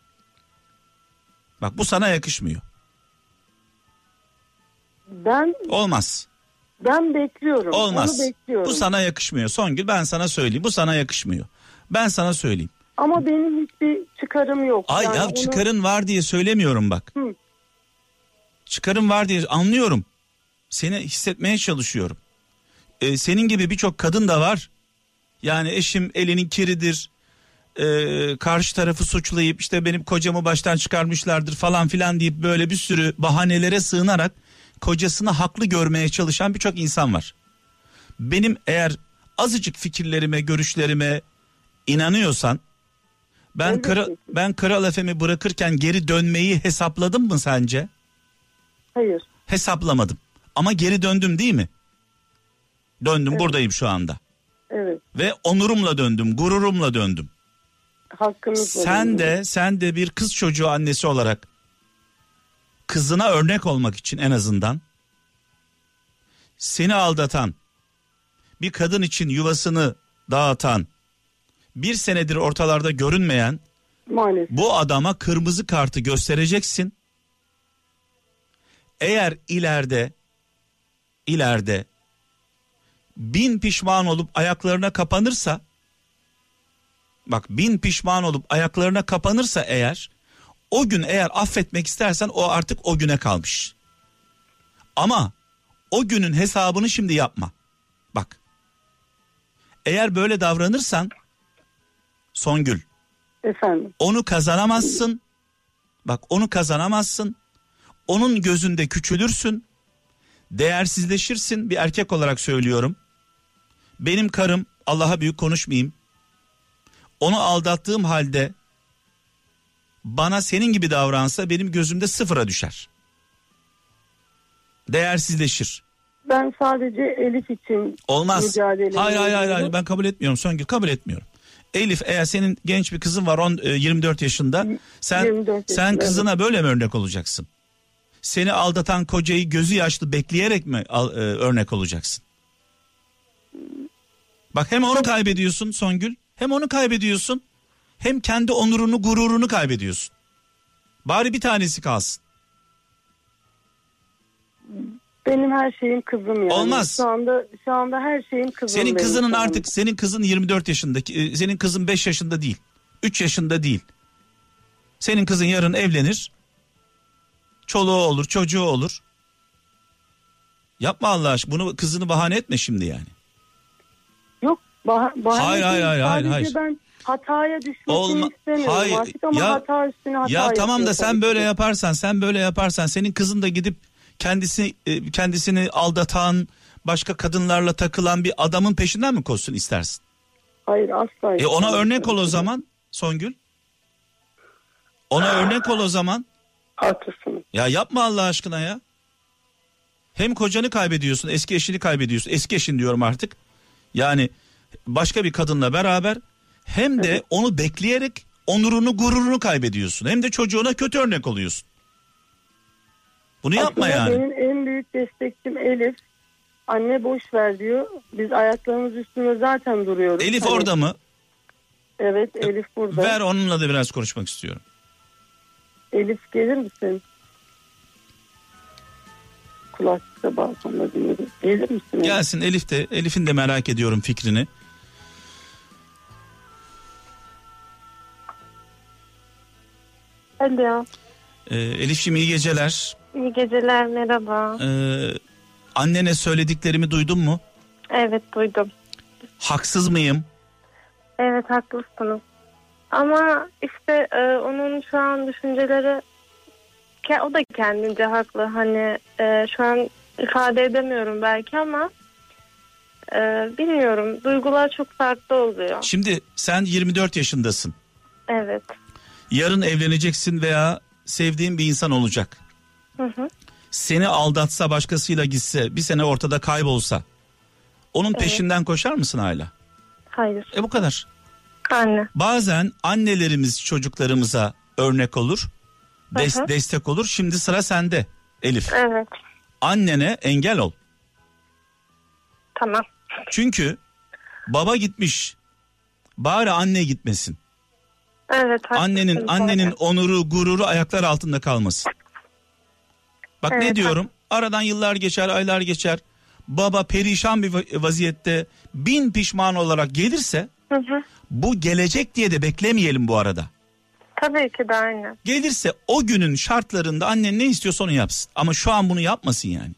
Bak, bu sana yakışmıyor. Olmaz. Ben bekliyorum. Olmaz. Onu bekliyorum. Bu sana yakışmıyor Songül, ben sana söyleyeyim, bu sana yakışmıyor. Ben sana söyleyeyim. Ama benim hiçbir çıkarım yok. Ay yani ya, çıkarın var diye söylemiyorum bak. Hı. Çıkarım var diye anlıyorum. Seni hissetmeye çalışıyorum. Senin gibi birçok kadın da var. Yani eşim elinin kiridir. Karşı tarafı suçlayıp işte benim kocamı baştan çıkarmışlardır falan filan deyip böyle bir sürü bahanelere sığınarak kocasını haklı görmeye çalışan birçok insan var. Benim eğer azıcık fikirlerime, görüşlerime inanıyorsan, ben Kral FM'i bırakırken geri dönmeyi hesapladım mı sence? Hayır. Hesaplamadım. Ama geri döndüm değil mi? Döndüm, evet. Buradayım şu anda. Evet. Ve onurumla döndüm, gururumla döndüm. Hakkınızla Sen de bir kız çocuğu annesi olarak kızına örnek olmak için en azından seni aldatan, bir kadın için yuvasını dağıtan, bir senedir ortalarda görünmeyen maalesef bu adama kırmızı kartı göstereceksin. Eğer ileride bin pişman olup ayaklarına kapanırsa, bak, bin pişman olup ayaklarına kapanırsa eğer, o gün eğer affetmek istersen o artık o güne kalmış. Ama o günün hesabını şimdi yapma. Bak, eğer böyle davranırsan Songül, efendim, onu kazanamazsın. Bak, onu kazanamazsın. Onun gözünde küçülürsün. Değersizleşirsin, bir erkek olarak söylüyorum. Benim karım, Allah'a büyük konuşmayayım, onu aldattığım halde bana senin gibi davransa benim gözümde sıfıra düşer. Değersizleşir. Ben sadece Elif için olmaz. Hayır, ben kabul etmiyorum Songül, kabul etmiyorum. Elif, eğer senin genç bir kızın var 24 yaşında, sen kızına evet, böyle mi örnek olacaksın? Seni aldatan kocayı gözü yaşlı bekleyerek mi örnek olacaksın? Bak, hem onu kaybediyorsun Songül, hem onu kaybediyorsun, hem kendi onurunu, gururunu kaybediyorsun. Bari bir tanesi kalsın. Benim her şeyim kızım yani. Olmaz. Şu anda her şeyim kızım. Senin kızının artık, senin kızın 24 yaşındaki, senin kızın 5 yaşında değil, 3 yaşında değil. Senin kızın yarın evlenir, çoluğu olur, çocuğu olur. Yapma Allah aşkına, bunu kızını bahane etme şimdi yani. Yok, bahane hayır. Ben hataya düşmesini istemiyorum artık ama hata üstüne hata yapıyor. Ya tamam da sen böyle yaparsan senin kızın da gidip kendisini aldatan, başka kadınlarla takılan bir adamın peşinden mi koşsun istersin? Hayır, asla. Ona örnek ol o zaman Songül. Ona örnek ol o zaman. Haklısın. Ya yapma Allah aşkına ya. Hem kocanı kaybediyorsun, eski eşini kaybediyorsun. Eski eşin diyorum artık. Yani başka bir kadınla beraber, hem de evet, onu bekleyerek onurunu, gururunu kaybediyorsun. Hem de çocuğuna kötü örnek oluyorsun. Bunu yapma aslında yani. Benim en büyük destekçim Elif. Anne boş ver diyor. Biz ayaklarımız üstünde zaten duruyoruz. Elif orada mı? Evet, Elif burada. Ver, onunla da biraz konuşmak istiyorum. Elif gelir misin? Kulaklıkta balkonda dinliyoruz. Gelir misin? Gelsin Elif de. Elif'in de merak ediyorum fikrini. Alo. Elif'ciğim iyi geceler. İyi geceler, merhaba. Annene söylediklerimi duydun mu? Evet, duydum. Haksız mıyım? Evet, haklısınız. Ama işte onun şu an düşünceleri, o da kendince haklı. Hani şu an ifade edemiyorum belki ama bilmiyorum. Duygular çok farklı oluyor. Şimdi sen 24 yaşındasın. Evet. Yarın evleneceksin veya sevdiğin bir insan olacak. Hı. Seni aldatsa, başkasıyla gitse, bir sene ortada kaybolsa, onun peşinden koşar mısın hala? Hayır. Bu kadar. Anne. Bazen annelerimiz çocuklarımıza örnek olur, destek olur. Şimdi sıra sende Elif. Evet. Annene engel ol. Tamam. Çünkü baba gitmiş, bari anne gitmesin. Evet. Annenin onuru, gururu ayaklar altında kalmasın. Bak evet, ne diyorum? Aradan yıllar geçer, aylar geçer. Baba perişan bir vaziyette, bin pişman olarak gelirse, bu gelecek diye de beklemeyelim bu arada. Tabii ki de aynı. Gelirse o günün şartlarında annen ne istiyorsa onu yapsın. Ama şu an bunu yapmasın yani.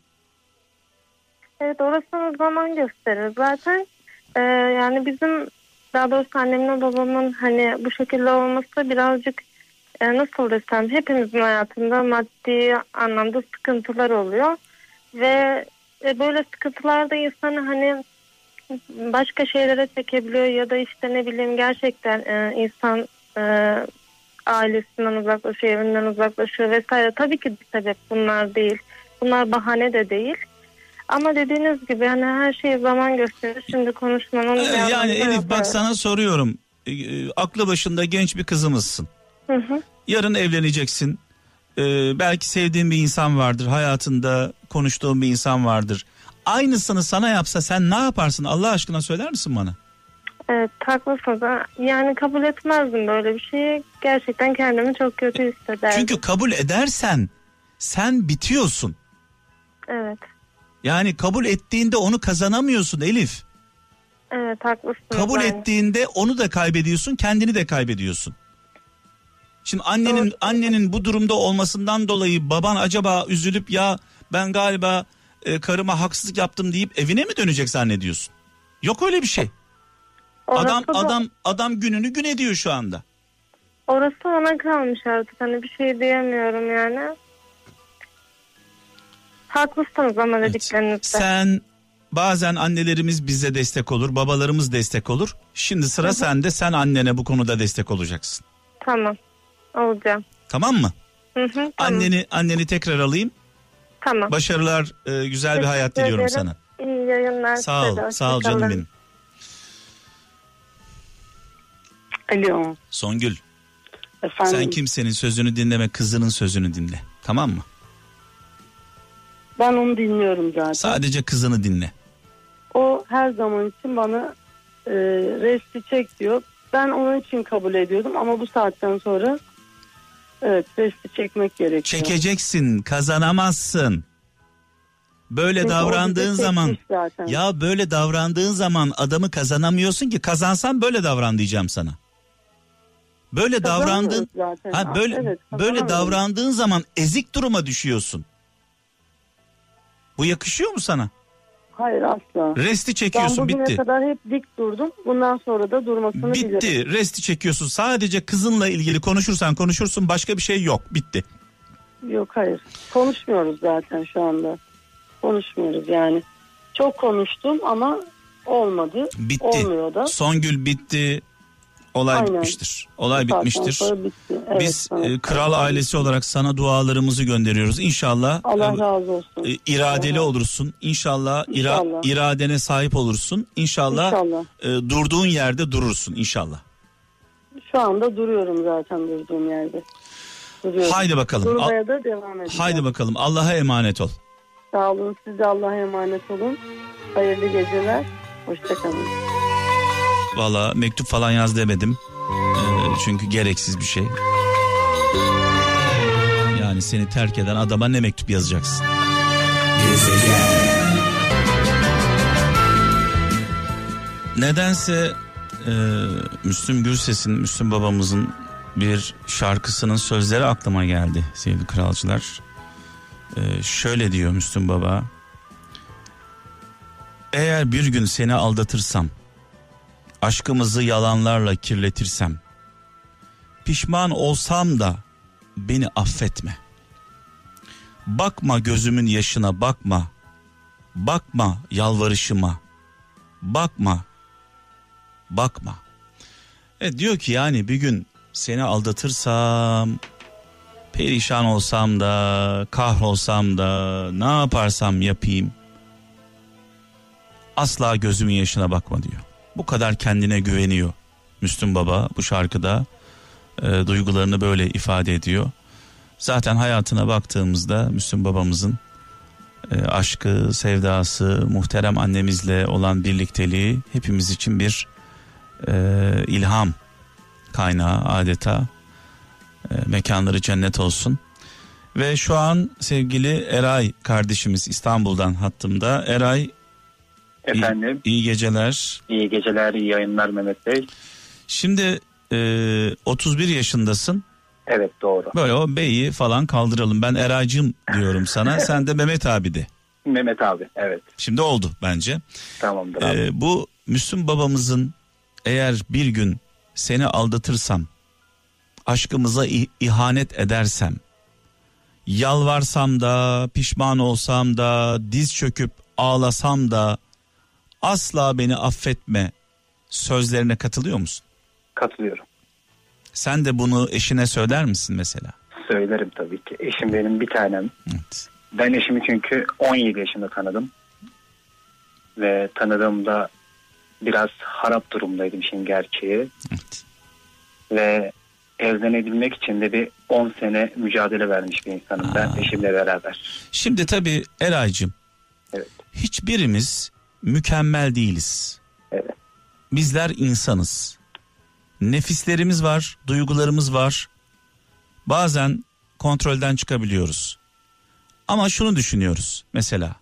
Evet, orasını zaman gösterir. Zaten yani bizim, daha doğrusu annemle babamın hani bu şekilde olması birazcık nasıl desem, hepimizin hayatında maddi anlamda sıkıntılar oluyor. Ve böyle sıkıntılarda insanı hani başka şeylere çekebiliyor ya da işte ne bileyim, gerçekten insan ailesinden uzaklaşıyor, evinden uzaklaşıyor vesaire. Tabii ki bir sebep bunlar değil. Bunlar bahane de değil. Ama dediğiniz gibi hani her şeyi zaman gösterir. Şimdi konuşmanın... Yani Elif bak sana soruyorum. Aklı başında genç bir kızımızsın. Yarın evleneceksin. Belki sevdiğin bir insan vardır. Hayatında konuştuğun bir insan vardır. Aynısını sana yapsa sen ne yaparsın? Allah aşkına söyler misin bana? Evet, haklısınız. Yani kabul etmezdim böyle bir şeyi. Gerçekten kendimi çok kötü hissederdim. Çünkü kabul edersen sen bitiyorsun. Evet. Yani kabul ettiğinde onu kazanamıyorsun Elif. Evet, haklısınız. Kabul ettiğinde onu da kaybediyorsun, kendini de kaybediyorsun. Şimdi annenin bu durumda olmasından dolayı baban acaba üzülüp ya ben galiba karıma haksızlık yaptım deyip evine mi dönecek zannediyorsun? Yok öyle bir şey. Adam gününü gün ediyor şu anda. Orası ona kalmış artık. Hani bir şey diyemiyorum yani. Haklısınız ama dediklerinizde. Evet. Sen, bazen annelerimiz bize destek olur, babalarımız destek olur. Şimdi sıra sende, sen annene bu konuda destek olacaksın. Tamam, olacağım. Tamam mı? Tamam. Anneni tekrar alayım. Tamam. Başarılar, güzel bir hayat diliyorum sana. İyi yayınlar. Sağ ol canım benim. Alo. Songül. Efendim? Sen kimsenin sözünü dinleme, kızının sözünü dinle. Tamam mı? Ben onu dinliyorum zaten. Sadece kızını dinle. O her zaman için bana resti çek diyor. Ben onun için kabul ediyordum ama bu saatten sonra evet, resti çekmek gerekiyor. Çekeceksin, kazanamazsın. Böyle davrandığın zaman böyle davrandığın zaman adamı kazanamıyorsun ki. Kazansan böyle davran diyeceğim sana. Böyle davrandığın böyle davrandığın zaman ezik duruma düşüyorsun. Bu yakışıyor mu sana? Hayır, asla. Resti çekiyorsun, bitti. Ben bugüne kadar hep dik durdum. Bundan sonra da durmasını bilirim. Bitti. Resti çekiyorsun. Sadece kızınla ilgili konuşursun, başka bir şey yok. Bitti. Yok, hayır. Konuşmuyoruz zaten şu anda. Konuşmuyoruz yani. Çok konuştum ama olmadı. Bitti. Olmuyor da. Songül bitti. Olay bitmiştir. Olay bitmiştir. Bitti. Evet, biz kral ailesi olarak sana dualarımızı gönderiyoruz. İnşallah Allah razı olsun. İradeli olursun. İnşallah. İradene sahip olursun. İnşallah. Durduğun yerde durursun inşallah. Şu anda duruyorum zaten durduğum yerde. Duruyorum. Haydi bakalım. Durmaya da devam edeceğim. Haydi bakalım. Allah'a emanet ol. Sağ olun. Siz de Allah'a emanet olun. Hayırlı geceler. Hoşçakalın. Valla mektup falan yaz demedim. Çünkü gereksiz bir şey. Yani seni terk eden adama ne mektup yazacaksın? Nedense Müslüm babamızın bir şarkısının sözleri aklıma geldi sevgili kralcılar. Şöyle diyor Müslüm Baba: eğer bir gün seni aldatırsam, aşkımızı yalanlarla kirletirsem, pişman olsam da beni affetme. Bakma gözümün yaşına, bakma. Bakma yalvarışıma. Bakma. Bakma. Diyor ki yani bir gün seni aldatırsam, perişan olsam da, kahrolsam da, ne yaparsam yapayım, asla gözümün yaşına bakma diyor. Bu kadar kendine güveniyor Müslüm Baba bu şarkıda. Duygularını böyle ifade ediyor. Zaten hayatına baktığımızda Müslüm Babamızın aşkı, sevdası, muhterem annemizle olan birlikteliği hepimiz için bir ilham kaynağı adeta. Mekanları cennet olsun. Ve şu an sevgili Eray kardeşimiz İstanbul'dan hattımda. Eray, efendim. İyi geceler. İyi geceler, iyi yayınlar Mehmet Bey. Şimdi 31 yaşındasın. Evet, doğru. Böyle o beyi falan kaldıralım. Ben Eray'cığım diyorum sana. Sen de Mehmet abi de. Mehmet abi, evet. Şimdi oldu bence. Tamamdır abi. Bu Müslüm babamızın eğer bir gün seni aldatırsam, aşkımıza ihanet edersem, yalvarsam da, pişman olsam da, diz çöküp ağlasam da asla beni affetme sözlerine katılıyor musun? Katılıyorum. Sen de bunu eşine söyler misin mesela? Söylerim tabii ki. Eşim benim bir tanem. Evet. Ben eşimi çünkü 17 yaşında tanıdım. Ve tanıdığımda biraz harap durumdaydım işin gerçeği. Evet. Ve evlenebilmek için de bir 10 sene mücadele vermiş bir insanım ben eşimle beraber. Şimdi tabii Eray'cığım, evet, hiçbirimiz mükemmel değiliz. Evet. Bizler insanız. Nefislerimiz var, duygularımız var. Bazen kontrolden çıkabiliyoruz. Ama şunu düşünüyoruz mesela.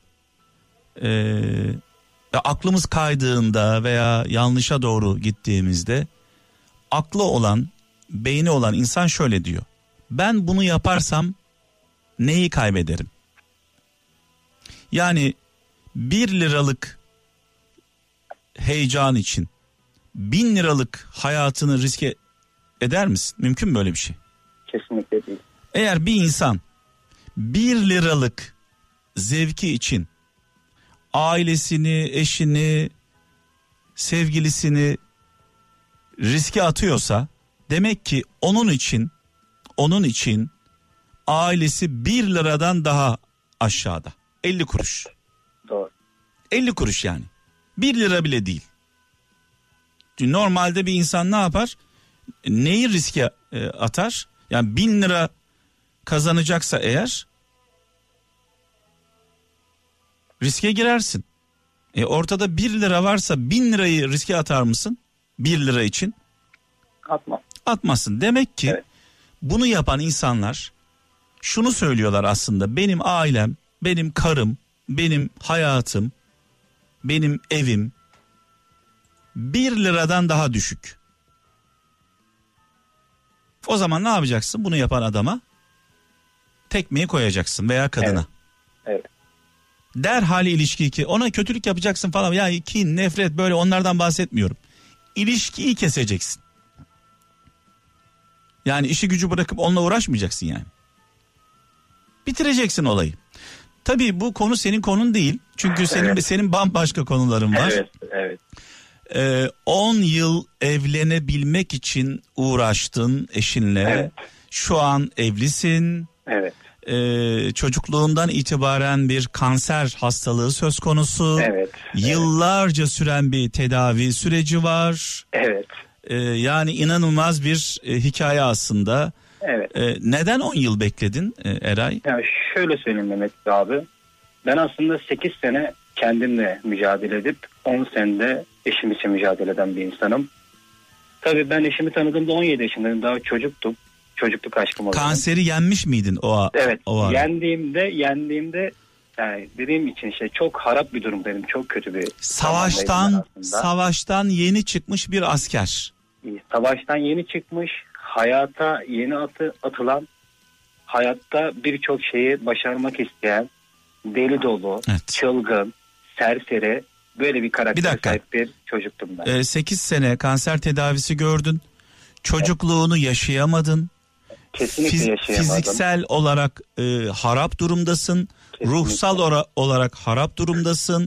Aklımız kaydığında veya yanlışa doğru gittiğimizde aklı olan, beyni olan insan şöyle diyor: ben bunu yaparsam neyi kaybederim? Yani 1 liralık heyecan için 1000 liralık hayatını riske eder misin? Mümkün mü böyle bir şey? Kesinlikle değil. Eğer bir insan 1 liralık zevki için ailesini, eşini, sevgilisini riske atıyorsa, demek ki onun için ailesi 1 liradan daha aşağıda. 50 kuruş. Doğru. 50 kuruş yani. 1 lira bile değil. Çünkü normalde bir insan ne yapar? Neyi riske atar? Yani 1000 lira kazanacaksa eğer riske girersin. Ortada 1 lira varsa 1000 lirayı riske atar mısın? 1 lira için. Atmam. Atmasın. Demek ki evet, bunu yapan insanlar şunu söylüyorlar aslında: benim ailem, benim karım, benim hayatım, benim evim 1 liradan daha düşük. O zaman ne yapacaksın? Bunu yapan adama tekmeyi koyacaksın veya kadına. Evet. Evet. Derhal ilişkiyi, ki ona kötülük yapacaksın falan, ya kin, nefret, böyle onlardan bahsetmiyorum. İlişkiyi keseceksin. Yani işi gücü bırakıp onunla uğraşmayacaksın yani. Bitireceksin olayı. Tabii bu konu senin konun değil. Çünkü senin bambaşka konuların var. Evet, evet. 10 yıl evlenebilmek için uğraştın eşinle. Evet. Şu an evlisin. Evet. Çocukluğundan itibaren bir kanser hastalığı söz konusu. Evet. Yıllarca süren bir tedavi süreci var. Evet. Yani inanılmaz bir hikaye aslında. Evet. Neden 10 yıl bekledin Eray? Yani şöyle söyleyeyim Mehmet abi. Ben aslında 8 sene kendimle mücadele edip 10 senede eşim için mücadele eden bir insanım. Tabii ben eşimi tanıdığımda 17 yaşındaydım. Daha çocuktum. Çocukluk aşkım oldu. Kanseri yenmiş miydin Evet. o ara? Yendiğimde yani dediğim için işte çok harap bir durumdaydım. Çok kötü bir savaştan yeni çıkmış bir asker. Savaştan yeni çıkmış, hayata yeni atılan, hayatta birçok şeyi başarmak isteyen, deli dolu, Evet. çılgın, serseri, böyle bir karaktere dakika. sahip bir çocuktum ben. 8 sene kanser tedavisi gördün. Çocukluğunu yaşayamadın. Kesinlikle yaşayamadım. Fiziksel olarak harap durumdasın. Kesinlikle. Ruhsal olarak harap durumdasın.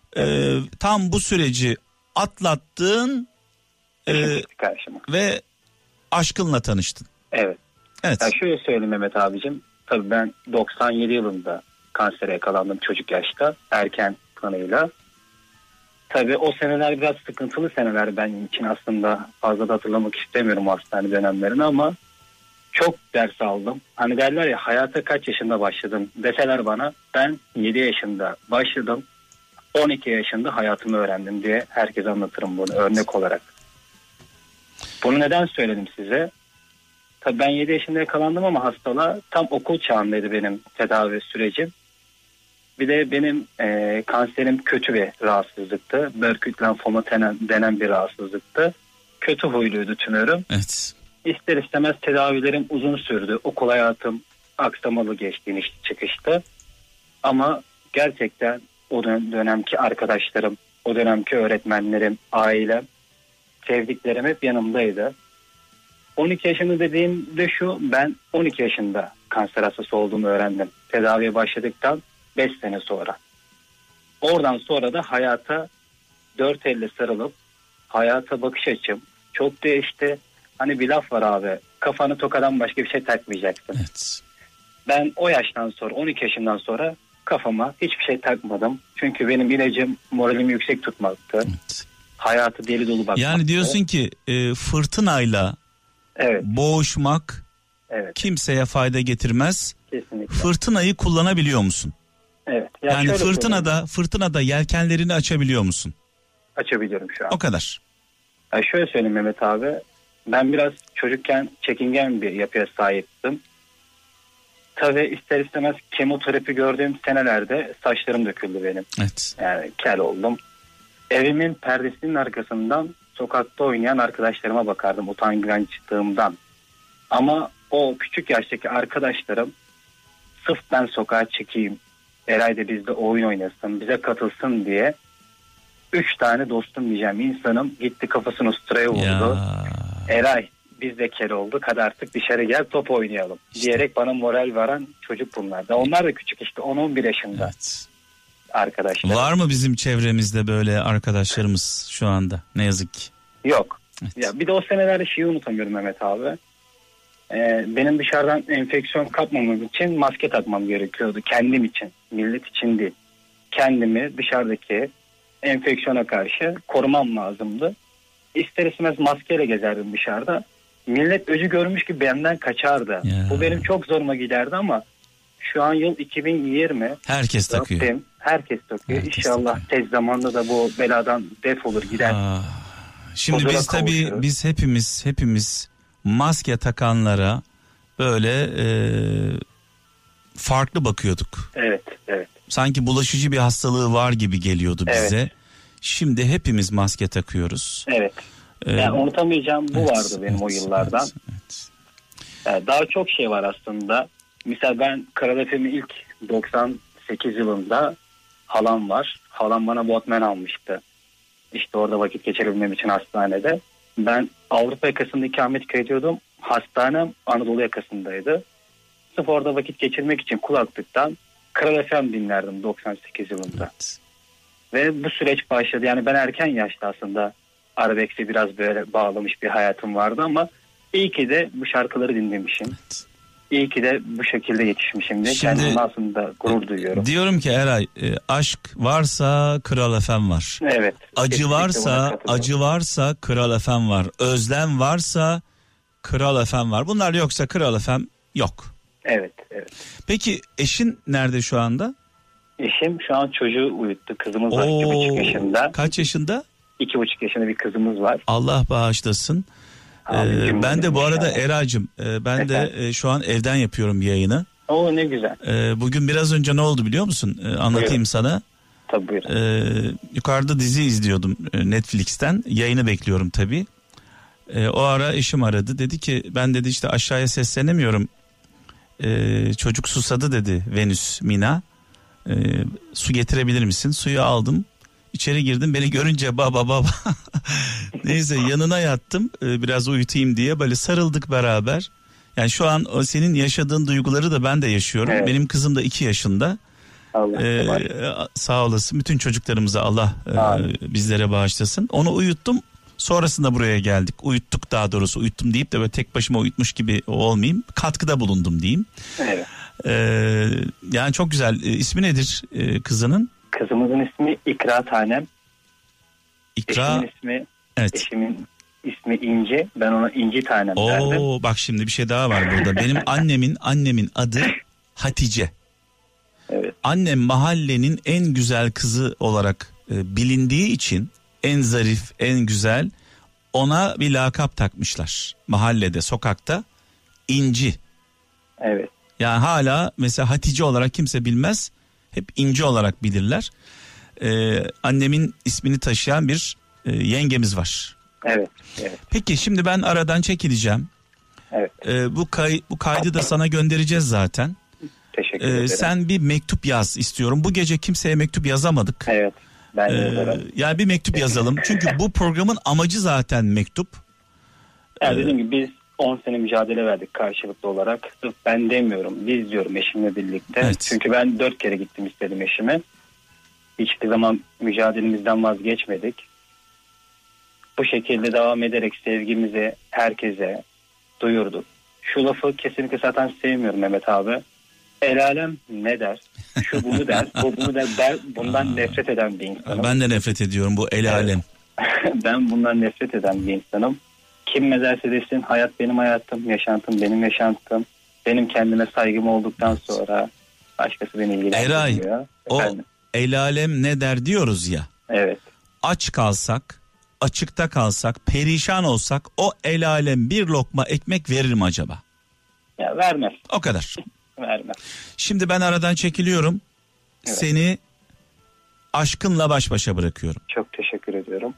Tam bu süreci atlattın Çıktı karşıma. ve aşkınla tanıştın. Evet. Evet. Yani şöyle söyleyeyim Mehmet abicim. Tabii ben 97 yılında kansere yakalandım çocuk yaşta. Erken tanıyla. Tabii o seneler biraz sıkıntılı seneler benim için, aslında fazla da hatırlamak istemiyorum o hastane dönemlerini ama çok ders aldım. Hani derler ya, hayata kaç yaşında başladın deseler bana, ben 7 yaşında başladım. 12 yaşında hayatımı öğrendim diye herkese anlatırım bunu örnek olarak. Bunu neden söyledim size? Tabii ben 7 yaşında yakalandım ama hastalığa tam okul çağındaydı benim tedavi sürecim. Bir de benim kanserim kötü bir rahatsızlıktı. Burkitt lenfoma denen bir rahatsızlıktı. Kötü huyluydu tümörüm. Evet. İster istemez tedavilerim uzun sürdü. Okul hayatım aksamalı geçti, inişli çıkıştı. Ama gerçekten o dönemki arkadaşlarım, o dönemki öğretmenlerim, ailem, sevdiklerim hep yanımdaydı. 12 yaşında dediğimde şu, ben 12 yaşında kanser hastası olduğumu öğrendim. Tedaviye başladıktan 5 sene sonra. Oradan sonra da hayata dört elle sarılıp hayata bakış açım çok değişti. Hani bir laf var abi, kafanı tokadan başka bir şey takmayacaksın. Evet. Ben o yaştan sonra, 12 yaşından sonra kafama hiçbir şey takmadım. Çünkü benim ilacım moralimi yüksek tutmaktı. Evet. Hayatı deli dolu bakmaktı. Yani diyorsun ki fırtınayla evet, boğuşmak evet, kimseye fayda getirmez. kesinlikle. Fırtınayı kullanabiliyor musun? Evet. Ya Yani şöyle söyleyeyim, fırtınada yelkenlerini açabiliyor musun? açabiliyorum şu an. O kadar. Ya şöyle söyleyeyim Mehmet abi. Ben biraz çocukken çekingen bir yapıya sahiptim. Tabii ister istemez kemoterapi gördüğüm senelerde saçlarım döküldü benim. Evet. Yani kel oldum. Evimin perdesinin arkasından sokakta oynayan arkadaşlarıma bakardım utangaçlığımdan. Ama o küçük yaştaki arkadaşlarım sırf ben sokağa çıkayım, Eray da bizde oyun oynasın, bize katılsın diye 3 tane dostum diyeceğim insanım gitti kafasını usturaya vurdu. Ya. Eray biz de kel olduk, hadi artık dışarı gel top oynayalım diyerek bana moral veren çocuk bunlar da. Onlar da küçük işte 10-11 yaşında Evet. arkadaşlar. Var mı bizim çevremizde böyle arkadaşlarımız şu anda? Ne yazık ki. Yok. Evet. Ya bir de o senelerde şeyi unutamıyorum Mehmet abi. Benim dışarıdan enfeksiyon kapmamam için maske takmam gerekiyordu. Kendim için, millet için değil. Kendimi dışarıdaki enfeksiyona karşı korumam lazımdı. İster istemez maskeyle gezerdim dışarıda. Millet öcü görmüş gibi benden kaçardı. Ya. Bu benim çok zoruma giderdi ama şu an yıl 2020. Herkes takıyor. Rabbim, herkes takıyor. Herkes İnşallah takıyor. tez zamanda da bu beladan defolur gider. Şimdi Huzura biz tabii kavuşuyoruz. biz hepimiz maske takanlara böyle farklı bakıyorduk. Evet, evet. Sanki bulaşıcı bir hastalığı var gibi geliyordu bize. Evet. Şimdi hepimiz maske takıyoruz. Evet. Yani unutamayacağım bu Evet, vardı benim o yıllardan. evet. Yani daha çok şey var aslında. Mesela ben Kral FM'i ilk 98 yılında halam var. Halam bana Botman almıştı. İşte orada vakit geçirebilmem için hastanede. Ben Avrupa yakasında ikamet ediyordum. Hastanem Anadolu yakasındaydı. Sırf orada vakit geçirmek için kulaklıktan Kral FM dinlerdim 98 yılında. Evet. Ve bu süreç başladı. Yani ben erken yaşta aslında Arabex'e biraz böyle bağlamış bir hayatım vardı ama iyi ki de bu şarkıları dinlemişim. Evet. İyi ki de bu şekilde yetişmişim diye Şimdi- kendimle aslında gurur duyuyorum. Diyorum ki Eray, aşk varsa Kral FM var. Evet. Acı kesinlikle buna varsa, katılıyorum. Kral FM var. Özlem varsa Kral FM var. Bunlar yoksa Kral FM yok. Evet, evet. Peki eşin nerede şu anda? Eşim şu an çocuğu uyuttu. Kızımız var 2,5 yaşında. Kaç yaşında? 2,5 yaşında bir kızımız var. Allah bağışlasın. Abicim Ben de bu benim arada inşallah. Eracığım, ben de şu an evden yapıyorum yayını. Oo ne güzel. Bugün biraz önce ne oldu biliyor musun? Anlatayım Buyurun. sana. Tabii buyurun. Yukarıda dizi izliyordum Netflix'ten. Yayını bekliyorum tabii. O ara eşim aradı, dedi ki ben dedi işte aşağıya seslenemiyorum. Çocuk susadı dedi, Venüs Mina. Su getirebilir misin? Suyu aldım. İçeri girdim, beni görünce baba neyse yanına yattım biraz uyutayım diye, böyle sarıldık beraber. Yani şu an o senin yaşadığın duyguları da ben de yaşıyorum. Evet. Benim kızım da 2 yaşında. Sağ olasın, bütün çocuklarımıza Allah bizlere bağışlasın. Onu uyuttum, sonrasında buraya geldik. Uyuttuk, daha doğrusu uyuttum deyip de böyle tek başıma uyutmuş gibi olmayayım. Katkıda bulundum diyeyim. Evet. Yani çok güzel. İsmi nedir kızının? Kızımızın ismi İkra Tanem. İkra. Eşimin ismi İnci. Ben ona İnci Tanem derdim. Bak şimdi bir şey daha var burada. Benim annemin adı Hatice. Evet. Annem mahallenin en güzel kızı olarak bilindiği için, en zarif, en güzel, ona bir lakap takmışlar. Mahallede, sokakta İnci. Evet. Yani hala mesela Hatice olarak kimse bilmez. Hep İnci olarak bilirler. Annemin ismini taşıyan bir yengemiz var. Evet. Peki şimdi ben aradan çekileceğim. Evet. Bu kaydı da sana göndereceğiz zaten. Teşekkür ederim. Sen bir mektup yaz istiyorum. Bu gece kimseye mektup yazamadık. Evet. Ben yazarım. Yani bir mektup yazalım. Çünkü bu programın amacı zaten mektup. Yani dediğim gibi biz 10 sene mücadele verdik karşılıklı olarak. Sırf ben demiyorum, biz diyorum eşimle birlikte. Evet. Çünkü ben 4 kere gittim istedim eşime. Hiçbir zaman mücadelemizden vazgeçmedik. Bu şekilde devam ederek sevgimizi herkese duyurduk. Şu lafı kesinlikle zaten sevmiyorum Mehmet abi. El alem ne der? Şu bunu der, bu bunu der. Ben bundan nefret eden bir insanım. Ben de nefret ediyorum bu el alem. Ben bundan nefret eden bir insanım. Kim ne derse desin, hayat benim hayatım, yaşantım benim yaşantım. Benim kendime saygım olduktan sonra başkası beni ilgilendirmiyor. Eray, o el alem ne der diyoruz ya. Evet. Aç kalsak, açıkta kalsak, perişan olsak o el alem bir lokma ekmek verir mi acaba? Ya vermez. O kadar. Vermez. Şimdi ben aradan çekiliyorum. Evet. Seni aşkınla baş başa bırakıyorum. Çok teşekkür ediyorum.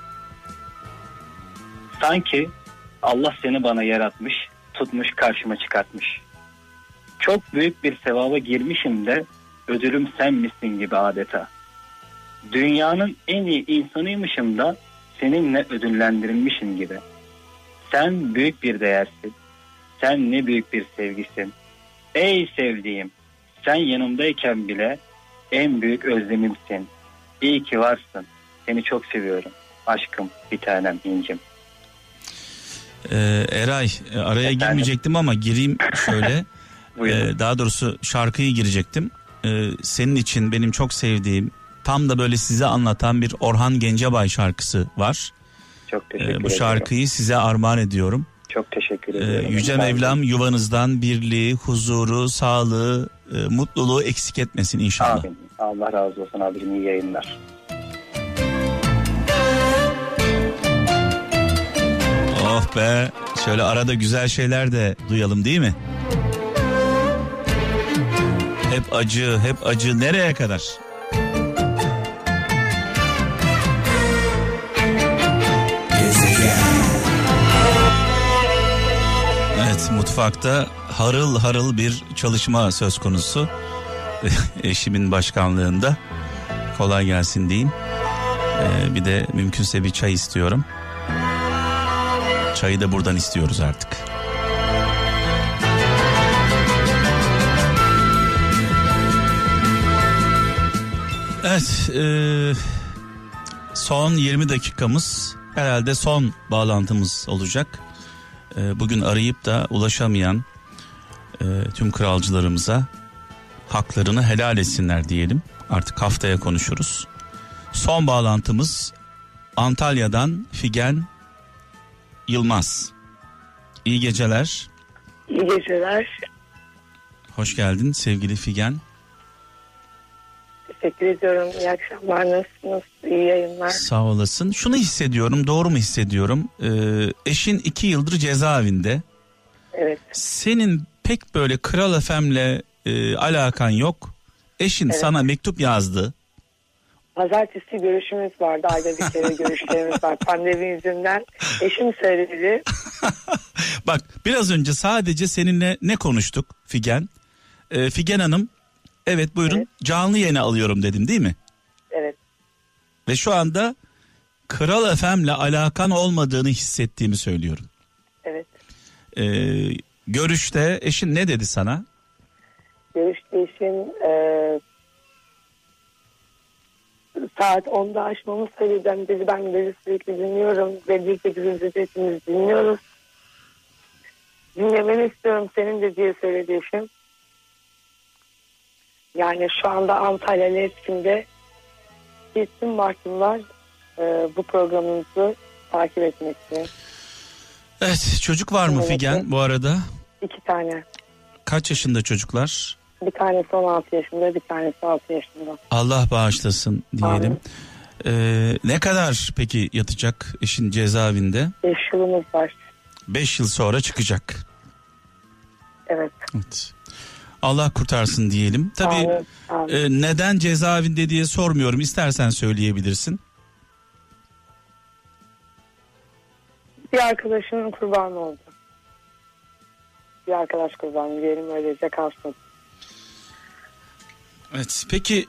Sanki Allah seni bana yaratmış, tutmuş karşıma çıkartmış. Çok büyük bir sevaba girmişim de ödülüm sen misin gibi adeta. Dünyanın en iyi insanıymışım da seninle ödüllendirilmişim gibi. Sen büyük bir değersin. Sen ne büyük bir sevgisin. Ey sevdiğim, sen yanımdayken bile en büyük özlemimsin. İyi ki varsın. Seni çok seviyorum. Aşkım, bir tanem, incim. Eray, araya girmeyecektim ama gireyim şöyle. Daha doğrusu şarkıyı girecektim. Senin için benim çok sevdiğim, tam da böyle size anlatan bir Orhan Gencebay şarkısı var. Çok teşekkür ederim. Bu şarkıyı size armağan ediyorum. Çok teşekkür ederim. Yüce Mevlam yuvanızdan birliği, huzuru, sağlığı, mutluluğu eksik etmesin inşallah. Amin. Allah razı olsun abicim, iyi yayınlar. Oh be, şöyle arada güzel şeyler de duyalım değil mi? Hep acı, hep acı, nereye kadar? Evet, mutfakta harıl harıl bir çalışma söz konusu. Eşimin başkanlığında. Kolay gelsin diyeyim. Bir de mümkünse bir çay istiyorum. Çayı da buradan istiyoruz artık. Evet, son 20 dakikamız, herhalde son bağlantımız olacak. Bugün arayıp da ulaşamayan tüm kralcılarımıza haklarını helal etsinler diyelim. Artık haftaya konuşuruz. Son bağlantımız Antalya'dan Figen Yılmaz. İyi geceler. İyi geceler. Hoş geldin sevgili Figen. Teşekkür ediyorum. İyi akşamlar. Nasılsınız? İyi yayınlar. Sağ olasın. Şunu hissediyorum, doğru mu hissediyorum? Eşin 2 yıldır cezaevinde. Evet. Senin pek böyle Kral FM'le alakan yok. Eşin sana mektup yazdı. Pazartesi görüşümüz vardı. Ayda bir kere görüşlerimiz var. Pandemi yüzünden. Eşim söyledi. Bak biraz önce sadece seninle ne konuştuk Figen? Figen Hanım, evet buyurun, evet. Canlı yayına alıyorum dedim değil mi? Evet. Ve şu anda Kral FM'le alakan olmadığını hissettiğimi söylüyorum. Evet. Görüşte eşin ne dedi sana? Görüşte eşim saat 10'da açmamı söyledi. Dedi ben dedi sürekli dinliyorum. Ve birlikte birbirimizi hepimiz dinliyoruz. Dinlemeni istiyorum senin de diye söyledi eşim. Yani şu anda Antalya Levski'nde kesin vaktim bu programımızı takip etmekte. Evet, çocuk var mı Figen bu arada? 2 tane. Kaç yaşında çocuklar? Bir tanesi 16 yaşında, bir tanesi 6 yaşında. Allah bağışlasın diyelim. Ne kadar peki yatacak eşin cezaevinde? 5 yılımız var. 5 yıl sonra çıkacak. Evet. Evet. Allah kurtarsın diyelim. Tabii neden cezaevinde diye sormuyorum. İstersen söyleyebilirsin. Bir arkadaşının kurbanı oldu. Bir arkadaş kurbanı diyelim, öylece kalsın. Evet. Peki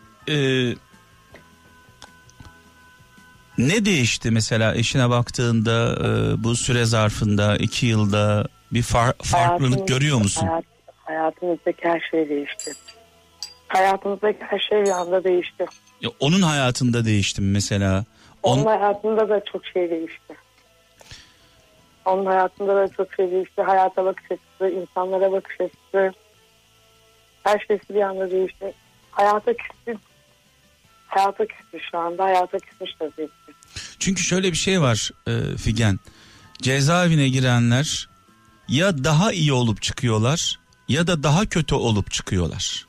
ne değişti mesela eşine baktığında bu süre zarfında 2 yılda bir farklılık görüyor musun? Hayatımızdaki her şey değişti. Hayatımızdaki her şey bir anda değişti. Ya onun hayatında değişti mi mesela? Onun hayatında da çok şey değişti. Onun hayatında da çok şey değişti. Hayata bakış açısı, insanlara bakış açısı. Her şeysi bir anda değişti. Hayata küstü. Hayata küstü şu anda. Hayata küsmüş vaziyette. Çünkü şöyle bir şey var Figen. Cezaevine girenler ya daha iyi olup çıkıyorlar ya da daha kötü olup çıkıyorlar.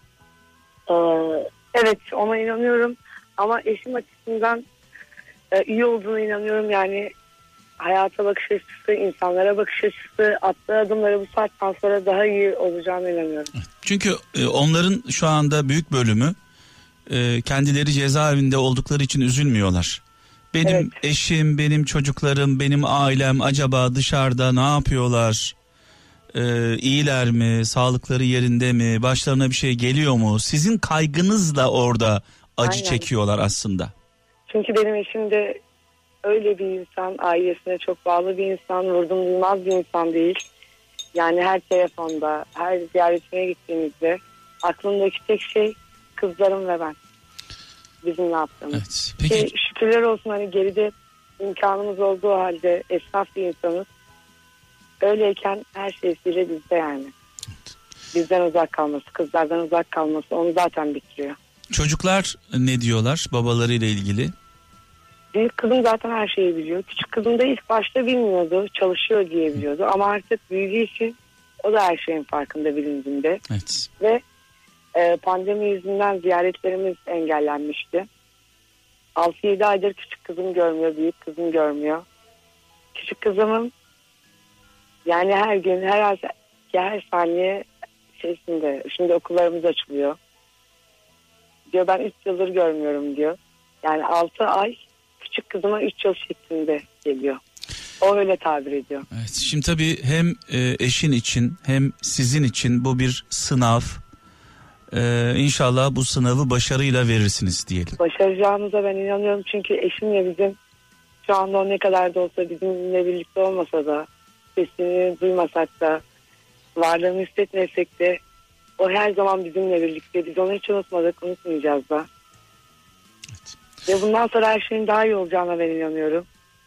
Evet, ona inanıyorum. Ama eşim açısından iyi olduğuna inanıyorum. Yani hayata bakış açısı, insanlara bakış açısı, attığı adımları bu saatten sonra daha iyi olacağına inanıyorum. Çünkü onların şu anda büyük bölümü kendileri cezaevinde oldukları için üzülmüyorlar. Benim eşim, benim çocuklarım, benim ailem acaba dışarıda ne yapıyorlar? İyiler mi? Sağlıkları yerinde mi? Başlarına bir şey geliyor mu? Sizin kaygınızla orada acı çekiyorlar aslında. Çünkü benim eşim de öyle bir insan, ailesine çok bağlı bir insan, vurdum duymaz bir insan değil. Yani her telefonda, her ziyaretine gittiğimizde aklımdaki tek şey kızlarım ve ben. Bizim ne yaptığımız. Evet. Peki. Şükürler olsun hani geride imkanımız olduğu halde esnaf bir insanız. Öyleyken her şeysiyle bizde yani. Evet. Bizden uzak kalması, kızlardan uzak kalması onu zaten bitiriyor. Çocuklar ne diyorlar babalarıyla ilgili? Büyük kızım zaten her şeyi biliyor. Küçük kızım da ilk başta bilmiyordu. Çalışıyor diye biliyordu. Ama artık büyüdüğü için o da her şeyin farkında, bilincinde. Evet. Ve pandemi yüzünden ziyaretlerimiz engellenmişti. 6-7 aydır küçük kızım görmüyor, büyük kızım görmüyor. Küçük kızımın yani her gün, her saniye şeysinde, şimdi okullarımız açılıyor. Diyor ben 3 yıldır görmüyorum diyor. Yani 6 ay küçük kızıma 3 yıl şeklinde geliyor. O öyle tabir ediyor. Evet, şimdi tabii hem eşin için hem sizin için bu bir sınav. İnşallah bu sınavı başarıyla verirsiniz diyelim. Başaracağımıza ben inanıyorum çünkü eşimle bizim şu anda o ne kadar da olsa bizimle birlikte olmasa da, sesini duymasak da, varlığını hissetmesek de o her zaman bizimle birlikte. Biz onu hiç unutmadık, unutmayacağız da. Evet. Ve bundan sonra her şeyin daha iyi olacağına ben inanıyorum.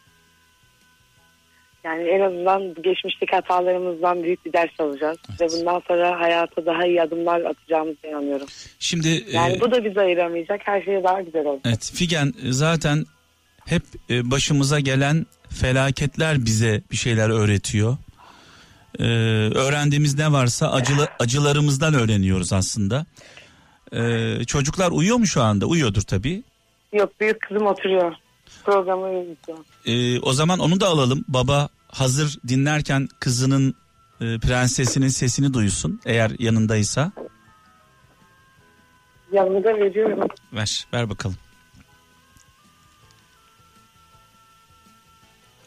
Yani en azından geçmişteki hatalarımızdan büyük bir ders alacağız. Evet. Ve bundan sonra hayata daha iyi adımlar atacağımıza inanıyorum. Şimdi yani bu da bizi ayıramayacak. Her şey daha güzel olacak. Evet Figen, zaten hep başımıza gelen felaketler bize bir şeyler öğretiyor. Öğrendiğimiz ne varsa acılarımızdan öğreniyoruz aslında. Çocuklar uyuyor mu şu anda? Uyuyordur tabii. Yok, büyük kızım oturuyor. Programı izliyor. O zaman onu da alalım. Baba hazır dinlerken kızının prensesinin sesini duysun eğer yanındaysa. Yanında veriyorum. Ver bakalım.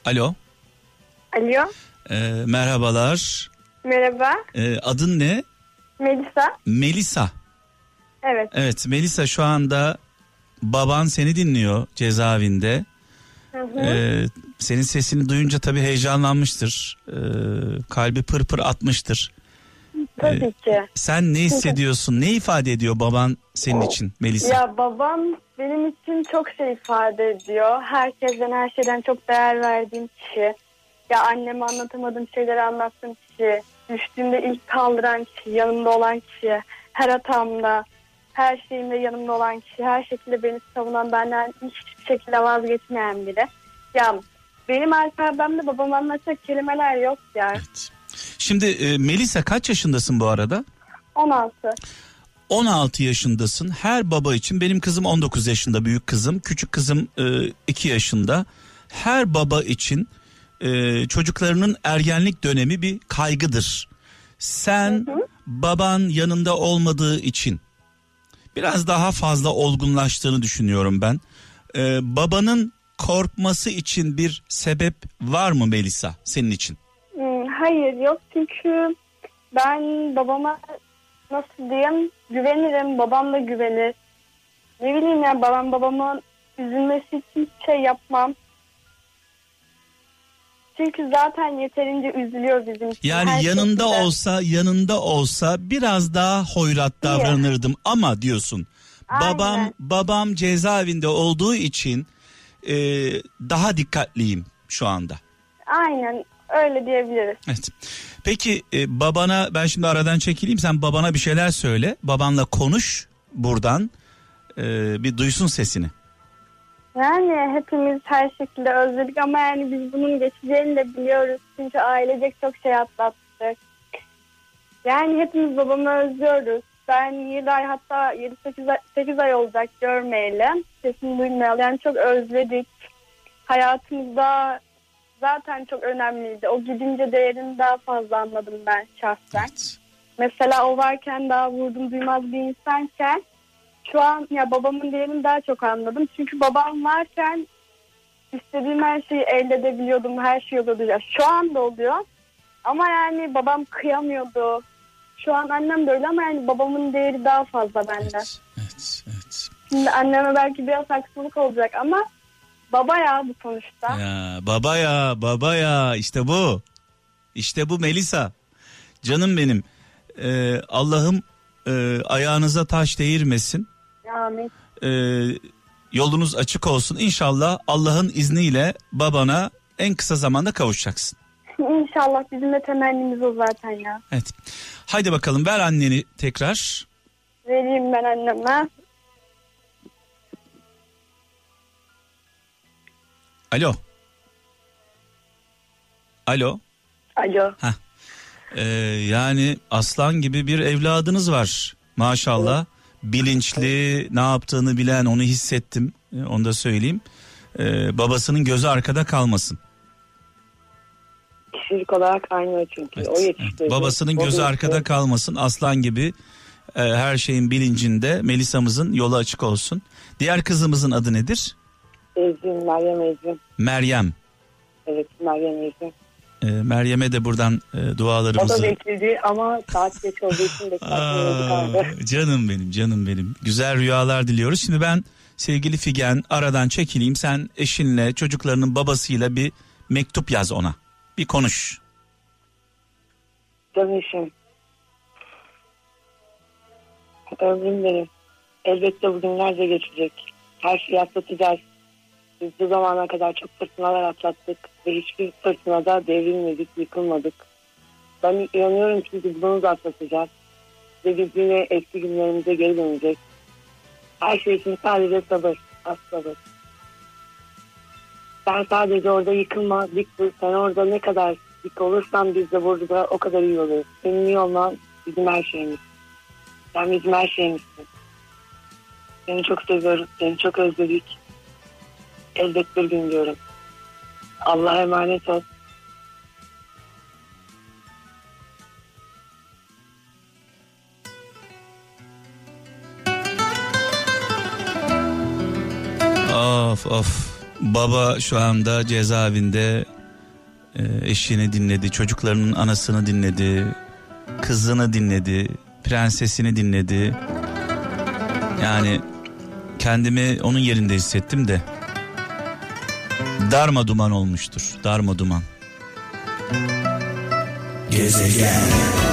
Alo. Alo. Merhabalar. Merhaba. Adın ne? Melisa. Melisa. Evet. Evet Melisa, şu anda baban seni dinliyor cezaevinde. Senin sesini duyunca tabii heyecanlanmıştır. Kalbi pır atmıştır. Tabii ki. Sen ne hissediyorsun? Ne ifade ediyor baban senin için Melisa? Ya babam benim için çok şey ifade ediyor. Herkesten, her şeyden çok değer verdiğim kişi. Ya anneme anlatamadığım şeyleri anlattığım kişi. Düştüğümde ilk kaldıran kişi, yanımda olan kişi. Her hatamda, her şeyimde yanımda olan kişi. Her şekilde beni savunan, benden hiçbir şekilde vazgeçmeyen biri. Ya benim alfabemde babama anlatacak kelimeler yok ya. Evet. Şimdi Melisa, kaç yaşındasın bu arada? 16. 16 yaşındasın. Her baba için, benim kızım 19 yaşında, büyük kızım. Küçük kızım 2 yaşında. Her baba için çocuklarının ergenlik dönemi bir kaygıdır. Sen baban yanında olmadığı için biraz daha fazla olgunlaştığını düşünüyorum ben. Babanın korkması için bir sebep var mı Melisa senin için? Hayır, yok, çünkü ben babama nasıl diyeyim, güvenirim, babam da güvenir. Ne bileyim ya, babamın üzülmesi için hiçbir şey yapmam. Çünkü zaten yeterince üzülüyor bizim için. Yani her yanında olsa biraz daha hoyrat davranırdım ama diyorsun. Aynen. Babam cezaevinde olduğu için daha dikkatliyim şu anda. Aynen öyle diyebiliriz. Evet. Peki babana, ben şimdi aradan çekileyim, sen babana bir şeyler söyle. Babanla konuş buradan, bir duysun sesini. Yani hepimiz her şekilde özledik ama yani biz bunun geçeceğini de biliyoruz. Çünkü ailecek çok şey atlattık. Yani hepimiz babamı özlüyoruz. Ben 7 ay, hatta 7-8 ay olacak görmeyeli. Sesini duymayalı. Yani çok özledik. Hayatımızda zaten çok önemliydi. O gidince değerini daha fazla anladım ben şahsen. Evet. Mesela o varken daha vurdum duymaz bir insanken şu an ya babamın değerini daha çok anladım. Çünkü babam varken istediğim her şeyi elde edebiliyordum. Her şey oluyordu. Ya şu anda oluyor. Ama yani babam kıyamıyordu. Şu an annem de öyle ama yani babamın değeri daha fazla bende. Evet. Şimdi anneme belki biraz haksızlık olacak ama baba ya bu sonuçta. Ya baba ya işte bu Melisa, canım benim. Allah'ım ayağınıza taş değirmesin. Amin. Yolunuz açık olsun. İnşallah Allah'ın izniyle babana en kısa zamanda kavuşacaksın. İnşallah, bizim de temennimiz o zaten ya. Evet. Haydi bakalım, ver anneni tekrar. Vereyim ben anneme. Alo. Alo. Yani aslan gibi bir evladınız var maşallah. Bilinçli, ne yaptığını bilen, onu hissettim. Onu da söyleyeyim. Babasının gözü arkada kalmasın. Kişilik olarak aynı çünkü. Evet, O yetiştirdi. evet. Babasının gözü arkada kalmasın. Aslan gibi her şeyin bilincinde. Melisa'mızın yolu açık olsun. Diğer kızımızın adı nedir? Meryem Ezgi. Meryem. Evet, Meryem Ezgi. Meryem'e de buradan dualarımızı... O da bekledi ama saat geç olduğu için bekletmeyedik. Canım benim. Güzel rüyalar diliyoruz. Şimdi ben, sevgili Figen, aradan çekileyim. Sen eşinle, çocuklarının babasıyla bir mektup yaz ona. Bir konuş. Canım işim. Ömrüm benim. Elbette bugünlerce geçecek. Her şeyi atlatacağız. Biz bu zamana kadar çok fırtınalar atlattık ve hiçbir fırtınada devrilmedik, yıkılmadık. Ben inanıyorum ki biz bunu da atlatacağız. Ve biz yine eski günlerimize geri döneceğiz. Her şey için sadece sabır, az sabır. Sen sadece orada yıkılma, dik dur. Sen orada ne kadar dik olursan biz de burada o kadar iyi oluruz. Senin iyi olman bizim her şeyimiz. Sen bizim her şeyimizsin. Seni çok seviyoruz, seni çok özledik. Elbet bir gün diyorum. Allah'a emanet ol. Of. Baba şu anda cezaevinde eşini dinledi, çocuklarının anasını dinledi, kızını dinledi, prensesini dinledi. Yani kendimi onun yerinde hissettim de darmaduman olmuştur, darmaduman. Gezegen.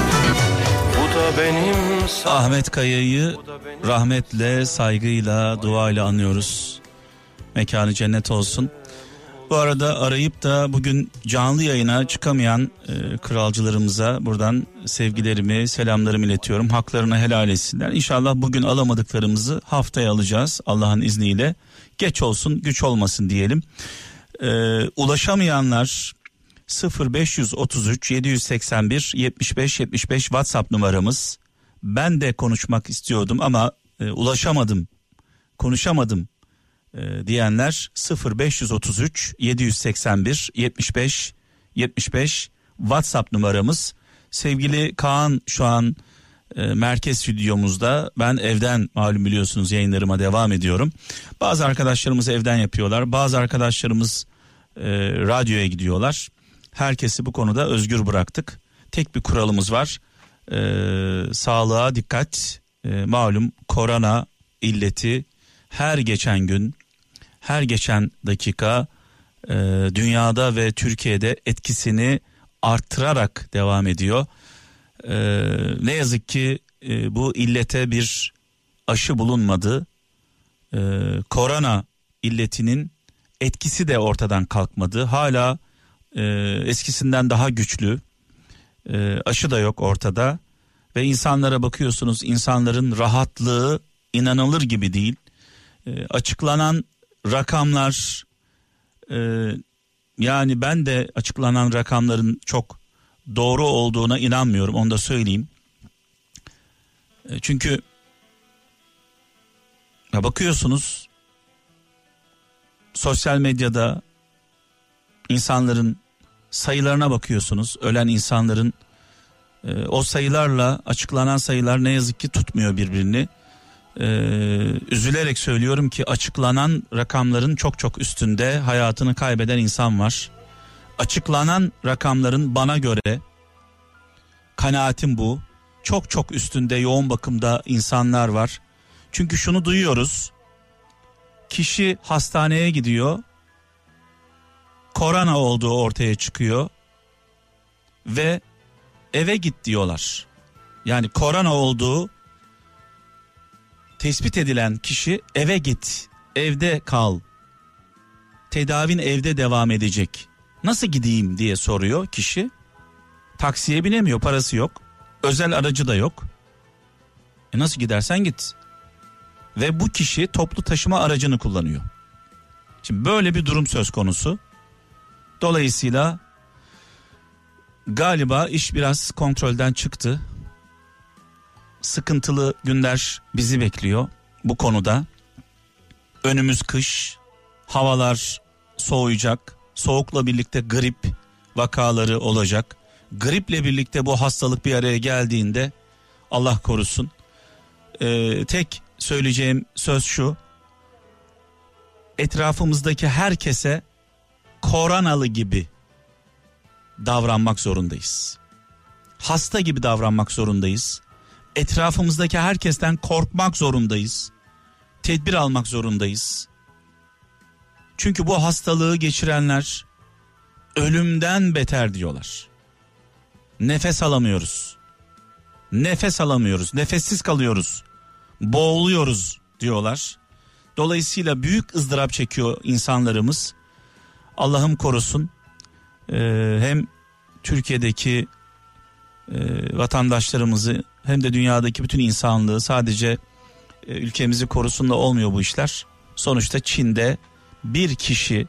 Ahmet Kaya'yı rahmetle, saygıyla, duayla anıyoruz. Mekanı cennet olsun. Bu arada arayıp da bugün canlı yayına çıkamayan kralcılarımıza buradan sevgilerimi, selamlarımı iletiyorum. Haklarını helal etsinler. İnşallah bugün alamadıklarımızı haftaya alacağız Allah'ın izniyle. Geç olsun, güç olmasın diyelim. Ulaşamayanlar 0533 781 75 75 WhatsApp numaramız. Ben de konuşmak istiyordum ama ulaşamadım, konuşamadım diyenler 0533 781 75 75 WhatsApp numaramız. Sevgili Kaan şu an merkez stüdyomuzda. Ben evden, malum biliyorsunuz, yayınlarıma devam ediyorum. Bazı arkadaşlarımız evden yapıyorlar. Bazı arkadaşlarımız radyoya gidiyorlar. Herkesi bu konuda özgür bıraktık. Tek bir kuralımız var. Sağlığa dikkat. Malum korona illeti her geçen gün, her geçen dakika dünyada ve Türkiye'de etkisini arttırarak devam ediyor. Ne yazık ki bu illete bir aşı bulunmadı. Korona illetinin etkisi de ortadan kalkmadı. Hala eskisinden daha güçlü. Aşı da yok ortada. Ve insanlara bakıyorsunuz, insanların rahatlığı inanılır gibi değil. Açıklanan rakamlar, yani ben de açıklanan rakamların çok doğru olduğuna inanmıyorum, onu da söyleyeyim. Çünkü ya bakıyorsunuz sosyal medyada insanların sayılarına bakıyorsunuz, ölen insanların o sayılarla açıklanan sayılar ne yazık ki tutmuyor birbirini. Üzülerek söylüyorum ki açıklanan rakamların çok çok üstünde hayatını kaybeden insan var. Açıklanan rakamların bana göre, kanaatim bu, çok çok üstünde yoğun bakımda insanlar var. Çünkü şunu duyuyoruz, kişi hastaneye gidiyor, korona olduğu ortaya çıkıyor ve eve git diyorlar. Yani korona olduğu tespit edilen kişi eve git, evde kal, tedavin evde devam edecek. Nasıl gideyim diye soruyor kişi. Taksiye binemiyor, parası yok, özel aracı da yok. Nasıl gidersen git. Ve bu kişi toplu taşıma aracını kullanıyor. Şimdi böyle bir durum söz konusu. Dolayısıyla galiba iş biraz kontrolden çıktı. Sıkıntılı günler bizi bekliyor bu konuda. Önümüz kış, havalar soğuyacak, soğukla birlikte grip vakaları olacak. Griple birlikte bu hastalık bir araya geldiğinde Allah korusun. Tek söyleyeceğim söz şu: etrafımızdaki herkese koronalı gibi davranmak zorundayız. Hasta gibi davranmak zorundayız. Etrafımızdaki herkesten korkmak zorundayız. Tedbir almak zorundayız. Çünkü bu hastalığı geçirenler ölümden beter diyorlar. Nefes alamıyoruz. Nefes alamıyoruz. Nefessiz kalıyoruz. Boğuluyoruz diyorlar. Dolayısıyla büyük ızdırap çekiyor insanlarımız. Allah'ım korusun. Hem Türkiye'deki vatandaşlarımızı hem de dünyadaki bütün insanlığı, sadece ülkemizi korusun da olmuyor bu işler. Sonuçta Çin'de bir kişi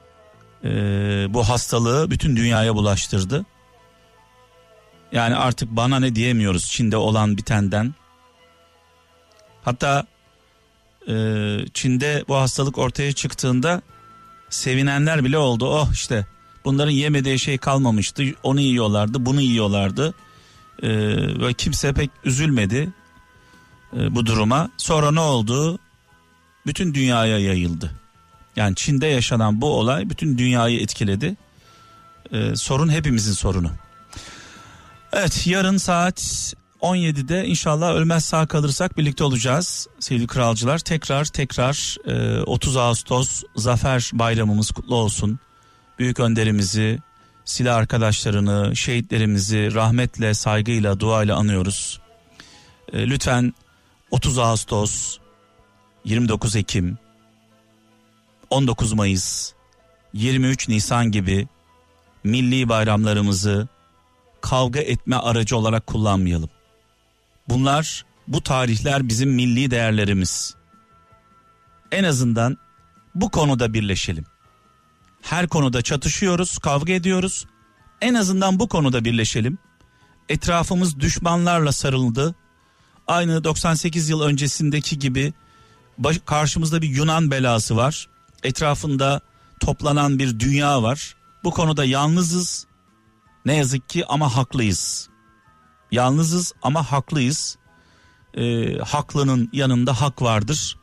bu hastalığı bütün dünyaya bulaştırdı. Yani artık bana ne diyemiyoruz Çin'de olan bitenden. Hatta Çin'de bu hastalık ortaya çıktığında sevinenler bile oldu. Oh işte bunların yemediği şey kalmamıştı. Onu yiyorlardı, bunu yiyorlardı. Ve kimse pek üzülmedi bu duruma. Sonra ne oldu? Bütün dünyaya yayıldı. Yani Çin'de yaşanan bu olay bütün dünyayı etkiledi. Sorun hepimizin sorunu. Evet, yarın saat 17'de inşallah ölmez sağ kalırsak birlikte olacağız sevgili kralcılar. Tekrar 30 Ağustos Zafer Bayramımız kutlu olsun. Büyük önderimizi, silah arkadaşlarını, şehitlerimizi rahmetle, saygıyla, duayla anıyoruz. Lütfen 30 Ağustos, 29 Ekim, 19 Mayıs, 23 Nisan gibi milli bayramlarımızı kavga etme aracı olarak kullanmayalım. Bu tarihler bizim milli değerlerimiz. En azından bu konuda birleşelim. Her konuda çatışıyoruz, kavga ediyoruz. En azından bu konuda birleşelim. Etrafımız düşmanlarla sarıldı. Aynı 98 yıl öncesindeki gibi karşımızda bir Yunan belası var. Etrafında toplanan bir dünya var. Bu konuda yalnızız. Ne yazık ki ama haklıyız. Yalnızız ama haklıyız. Haklının yanında hak vardır.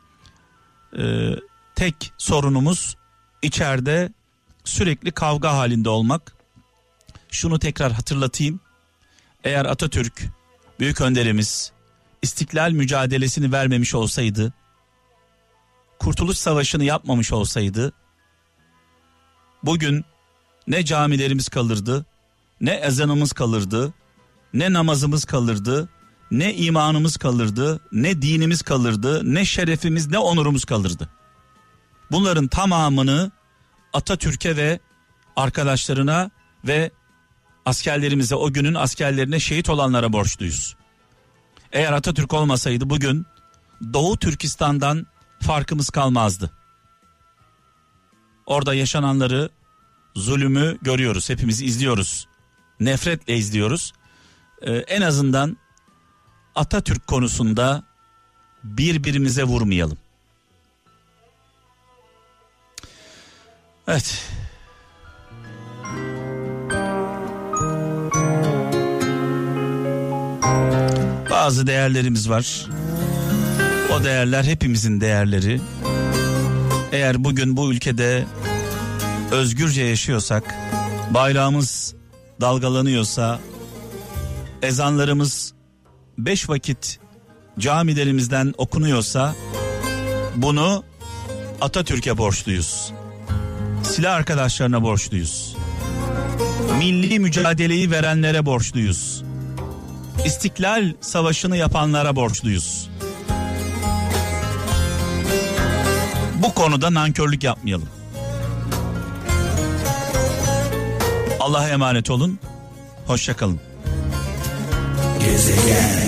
Tek sorunumuz içeride sürekli kavga halinde olmak. Şunu tekrar hatırlatayım. Eğer Atatürk, büyük önderimiz, İstiklal mücadelesini vermemiş olsaydı, Kurtuluş Savaşı'nı yapmamış olsaydı, bugün ne camilerimiz kalırdı, ne ezanımız kalırdı, ne namazımız kalırdı, ne imanımız kalırdı, ne dinimiz kalırdı, ne şerefimiz, ne onurumuz kalırdı. Bunların tamamını Atatürk'e ve arkadaşlarına ve askerlerimize, o günün askerlerine, şehit olanlara borçluyuz. Eğer Atatürk olmasaydı bugün Doğu Türkistan'dan farkımız kalmazdı. Orada yaşananları, zulümü görüyoruz, hepimiz izliyoruz. Nefretle izliyoruz. En azından Atatürk konusunda birbirimize vurmayalım. Evet. Bazı değerlerimiz var. O değerler hepimizin değerleri. Eğer bugün bu ülkede özgürce yaşıyorsak, bayrağımız dalgalanıyorsa, ezanlarımız 5 vakit camilerimizden okunuyorsa, bunu Atatürk'e borçluyuz. Silah arkadaşlarına borçluyuz. Milli mücadeleyi verenlere borçluyuz. İstiklal Savaşı'nı yapanlara borçluyuz. Bu konuda nankörlük yapmayalım. Allah'a emanet olun. Hoşça kalın. Gezegen.